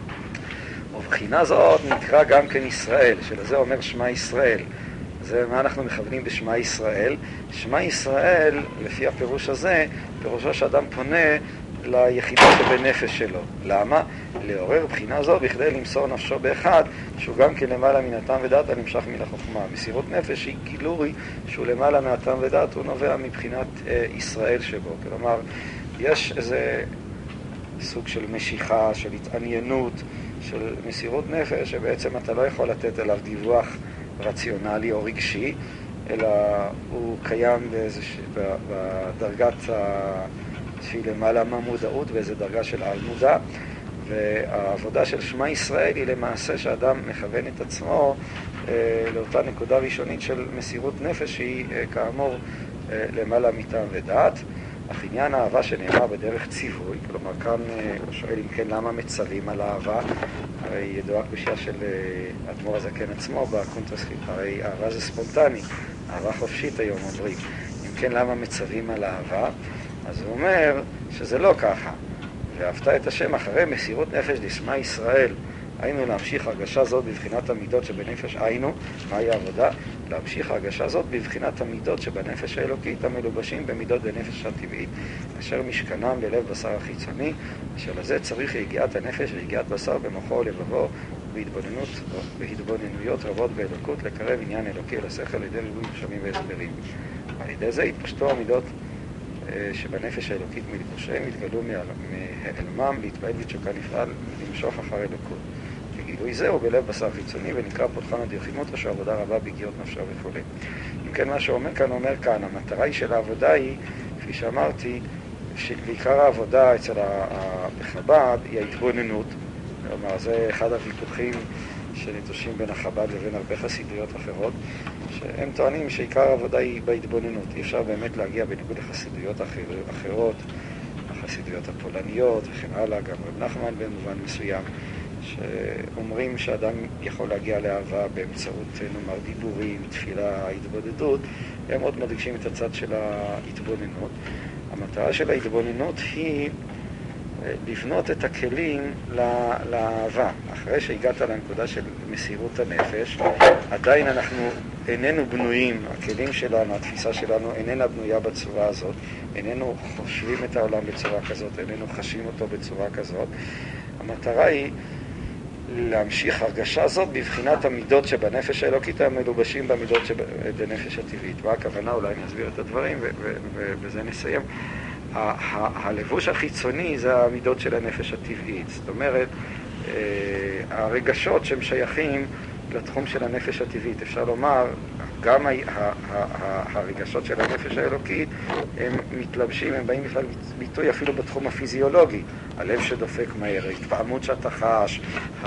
ובחינה זאת נקרא גם כן ישראל, שלזה אומר שמה ישראל. זה מה אנחנו מכוונים בשמה ישראל. שמה ישראל, לפי הפירוש הזה, פירושו שאדם פונה ליחידה שבנפש שלו. למה? לעורר בחינה זו בכדי למסור נפשו באחד, שהוא גם כן למעלה מן הטעם ודעת הנמשך מן החוכמה. מסירות נפש היא גילוי שהוא למעלה מהטעם ודעת, הוא נובע מבחינת ישראל שבו. כלומר, יש איזה סוג של משיכה, של התעניינות, של מסירות נפש, שבעצם אתה לא יכול לתת אליו דיווח רציונלי או רגשי, אלא הוא קיים בדרגת שהיא למעלה מהמודעות, באיזו דרגה של על-מודע, והעבודה של שמה ישראל היא למעשה שאדם מכוון את עצמו לאותה נקודה ראשונית של מסירות נפש, שהיא כאמור למעלה מטעם ודעת. אך עניין האהבה שנאמר בדרך ציווי, כלומר כאן הוא שואל אם כן למה מצווים על אהבה, הרי ידועה קושיה של אדמו"ר הזקן עצמו בקונטרסקריפט, הרי אהבה זה ספונטני, אהבה חופשית היום אומרים, אם כן למה מצווים על אהבה, אז הוא אומר שזה לא ככה, ואהבת את השם אחרי מסירות נפש לשמה ישראל, היינו להמשיך הרגשה זאת בבחינת המידות שבנפש, היינו, מהי העבודה? להמשיך הרגשה זאת בבחינת המידות שבנפש האלוקית המלובשים במידות בנפש הטבעית, אשר משכנם בלב בשר החיצוני, אשר לזה צריך יגיעת הנפש ויגיעת בשר במוחו ולבבו, בהתבוננויות רבות באלוקות, לקרב עניין אלוקי אל השכל על ידי ריבוי מחשבים והסברים. על ידי זה התפשטו המידות שבנפש האלוקית מלבושיהם, התגלו מהעלמם, להתפעל בתשוקה נפעל, למשוך אחר אלוקות. וגילוי זהו בלב בשר חיצוני, ונקרא פותחן הדיוחימות, אשר עבודה רבה בגיעות נפשו וכו'. אם כן, מה שאומר כאן, המטרה היא של העבודה היא, כפי שאמרתי, שעיקר העבודה אצל החב"ד היא ההתבוננות. כלומר, זה אחד הוויכוחים שנטושים בין החב"ד לבין הרבה חסידויות אחרות, שהם טוענים שעיקר העבודה היא בהתבוננות. אי אפשר באמת להגיע בניגוד לחסידויות אחרות, החסידויות הפולניות וכן הלאה, גם רב נחמן במובן מסוים, שאומרים שאדם יכול להגיע לאהבה באמצעות, נאמר, דיבורים, תפילה, התבודדות, הם עוד מדגישים את הצד של ההתבוננות. המטרה של ההתבוננות היא לבנות את הכלים לאהבה. אחרי שהגעת לנקודה של מסירות הנפש, עדיין אנחנו איננו בנויים, הכלים שלנו, התפיסה שלנו איננה בנויה בצורה הזאת, איננו חושבים את העולם בצורה כזאת, איננו חשים אותו בצורה כזאת. המטרה היא להמשיך הרגשה הזאת בבחינת המידות שבנפש האלוקית המלובשים במידות שבנפש הטבעית. מה הכוונה? אולי נסביר את הדברים ובזה נסיים. הלבוש החיצוני זה המידות של הנפש הטבעית. זאת אומרת, הרגשות שהם שייכים לתחום של הנפש הטבעית. אפשר לומר, גם הרגשות של הנפש האלוקית הם מתלבשים, הם באים בכלל ביטוי אפילו בתחום הפיזיולוגי. הלב שדופק מהר, ההתפעמות שאתה חש,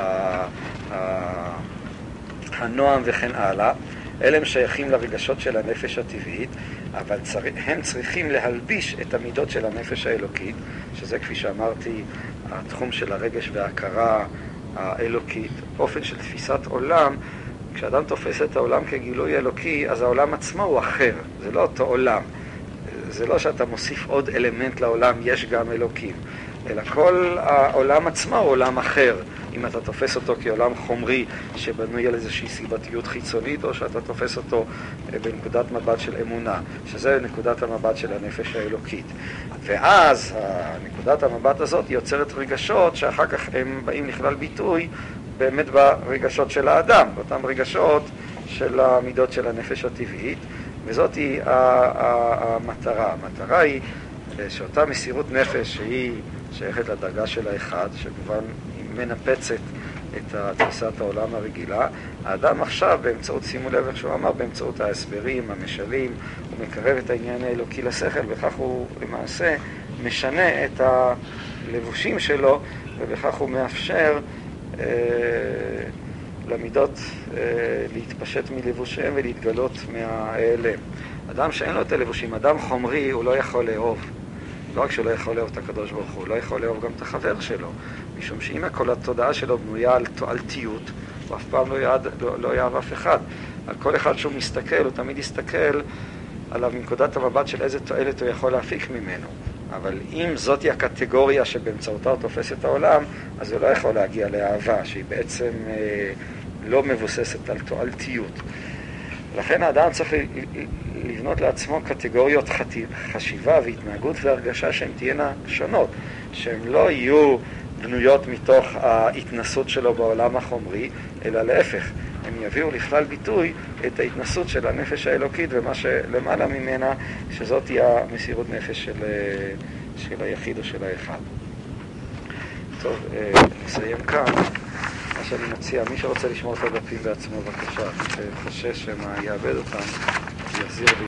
הנועם וכן הלאה. אלה הם שייכים לרגשות של הנפש הטבעית, אבל הם צריכים להלביש את המידות של הנפש האלוקית, שזה כפי שאמרתי, התחום של הרגש וההכרה האלוקית, אופן של תפיסת עולם. כשאדם תופס את העולם כגילוי אלוקי, אז העולם עצמו הוא אחר, זה לא אותו עולם. זה לא שאתה מוסיף עוד אלמנט לעולם, יש גם אלוקים, אלא כל העולם עצמו הוא עולם אחר. אם אתה תופס אותו כעולם חומרי שבנוי על איזושהי סיבתיות חיצונית, או שאתה תופס אותו בנקודת מבט של אמונה, שזה נקודת המבט של הנפש האלוקית. ואז נקודת המבט הזאת יוצרת רגשות שאחר כך הם באים לכלל ביטוי באמת ברגשות של האדם, באותם רגשות של המידות של הנפש הטבעית, וזאת היא המטרה. המטרה היא שאותה מסירות נפש שהיא שייכת לדרגה של האחד, שכמובן היא מנפצת את תפיסת העולם הרגילה, האדם עכשיו באמצעות, שימו לב איך שהוא אמר, באמצעות ההסברים, המשלים, הוא מקרב את העניין האלוקי לשכל, וכך הוא למעשה משנה את הלבושים שלו, ובכך הוא מאפשר למידות להתפשט מלבושיהם ולהתגלות מהאלם. אדם שאין לו את הלבושים, אדם חומרי, הוא לא יכול לאהוב. לא רק שהוא לא יכול לאהוב את הקדוש ברוך הוא לא יכול לאהוב גם את החבר שלו, משום שאם כל התודעה שלו בנויה על תועלתיות, הוא אף פעם לא יאהב אף אחד. על כל אחד שהוא מסתכל, הוא תמיד יסתכל עליו מנקודת המבט של איזה תועלת הוא יכול להפיק ממנו. אבל אם זאת היא הקטגוריה שבאמצעותה הוא תופס את העולם, אז הוא לא יכול להגיע לאהבה, שהיא בעצם לא מבוססת על תועלתיות. לכן האדם צריך לבנות לעצמו קטגוריות חשיבה והתנהגות והרגשה שהן תהיינה שונות, שהן לא יהיו בנויות מתוך ההתנסות שלו בעולם החומרי, אלא להפך, הם יביאו לכלל ביטוי את ההתנסות של הנפש האלוקית ומה שלמעלה ממנה, שזאת היא המסירות נפש של היחיד או של האחד. טוב, נסיים כאן. מה שאני מציע, מי שרוצה לשמור את הדפים בעצמו, בבקשה, שחושש שמה יאבד אותם, יחזיר לי.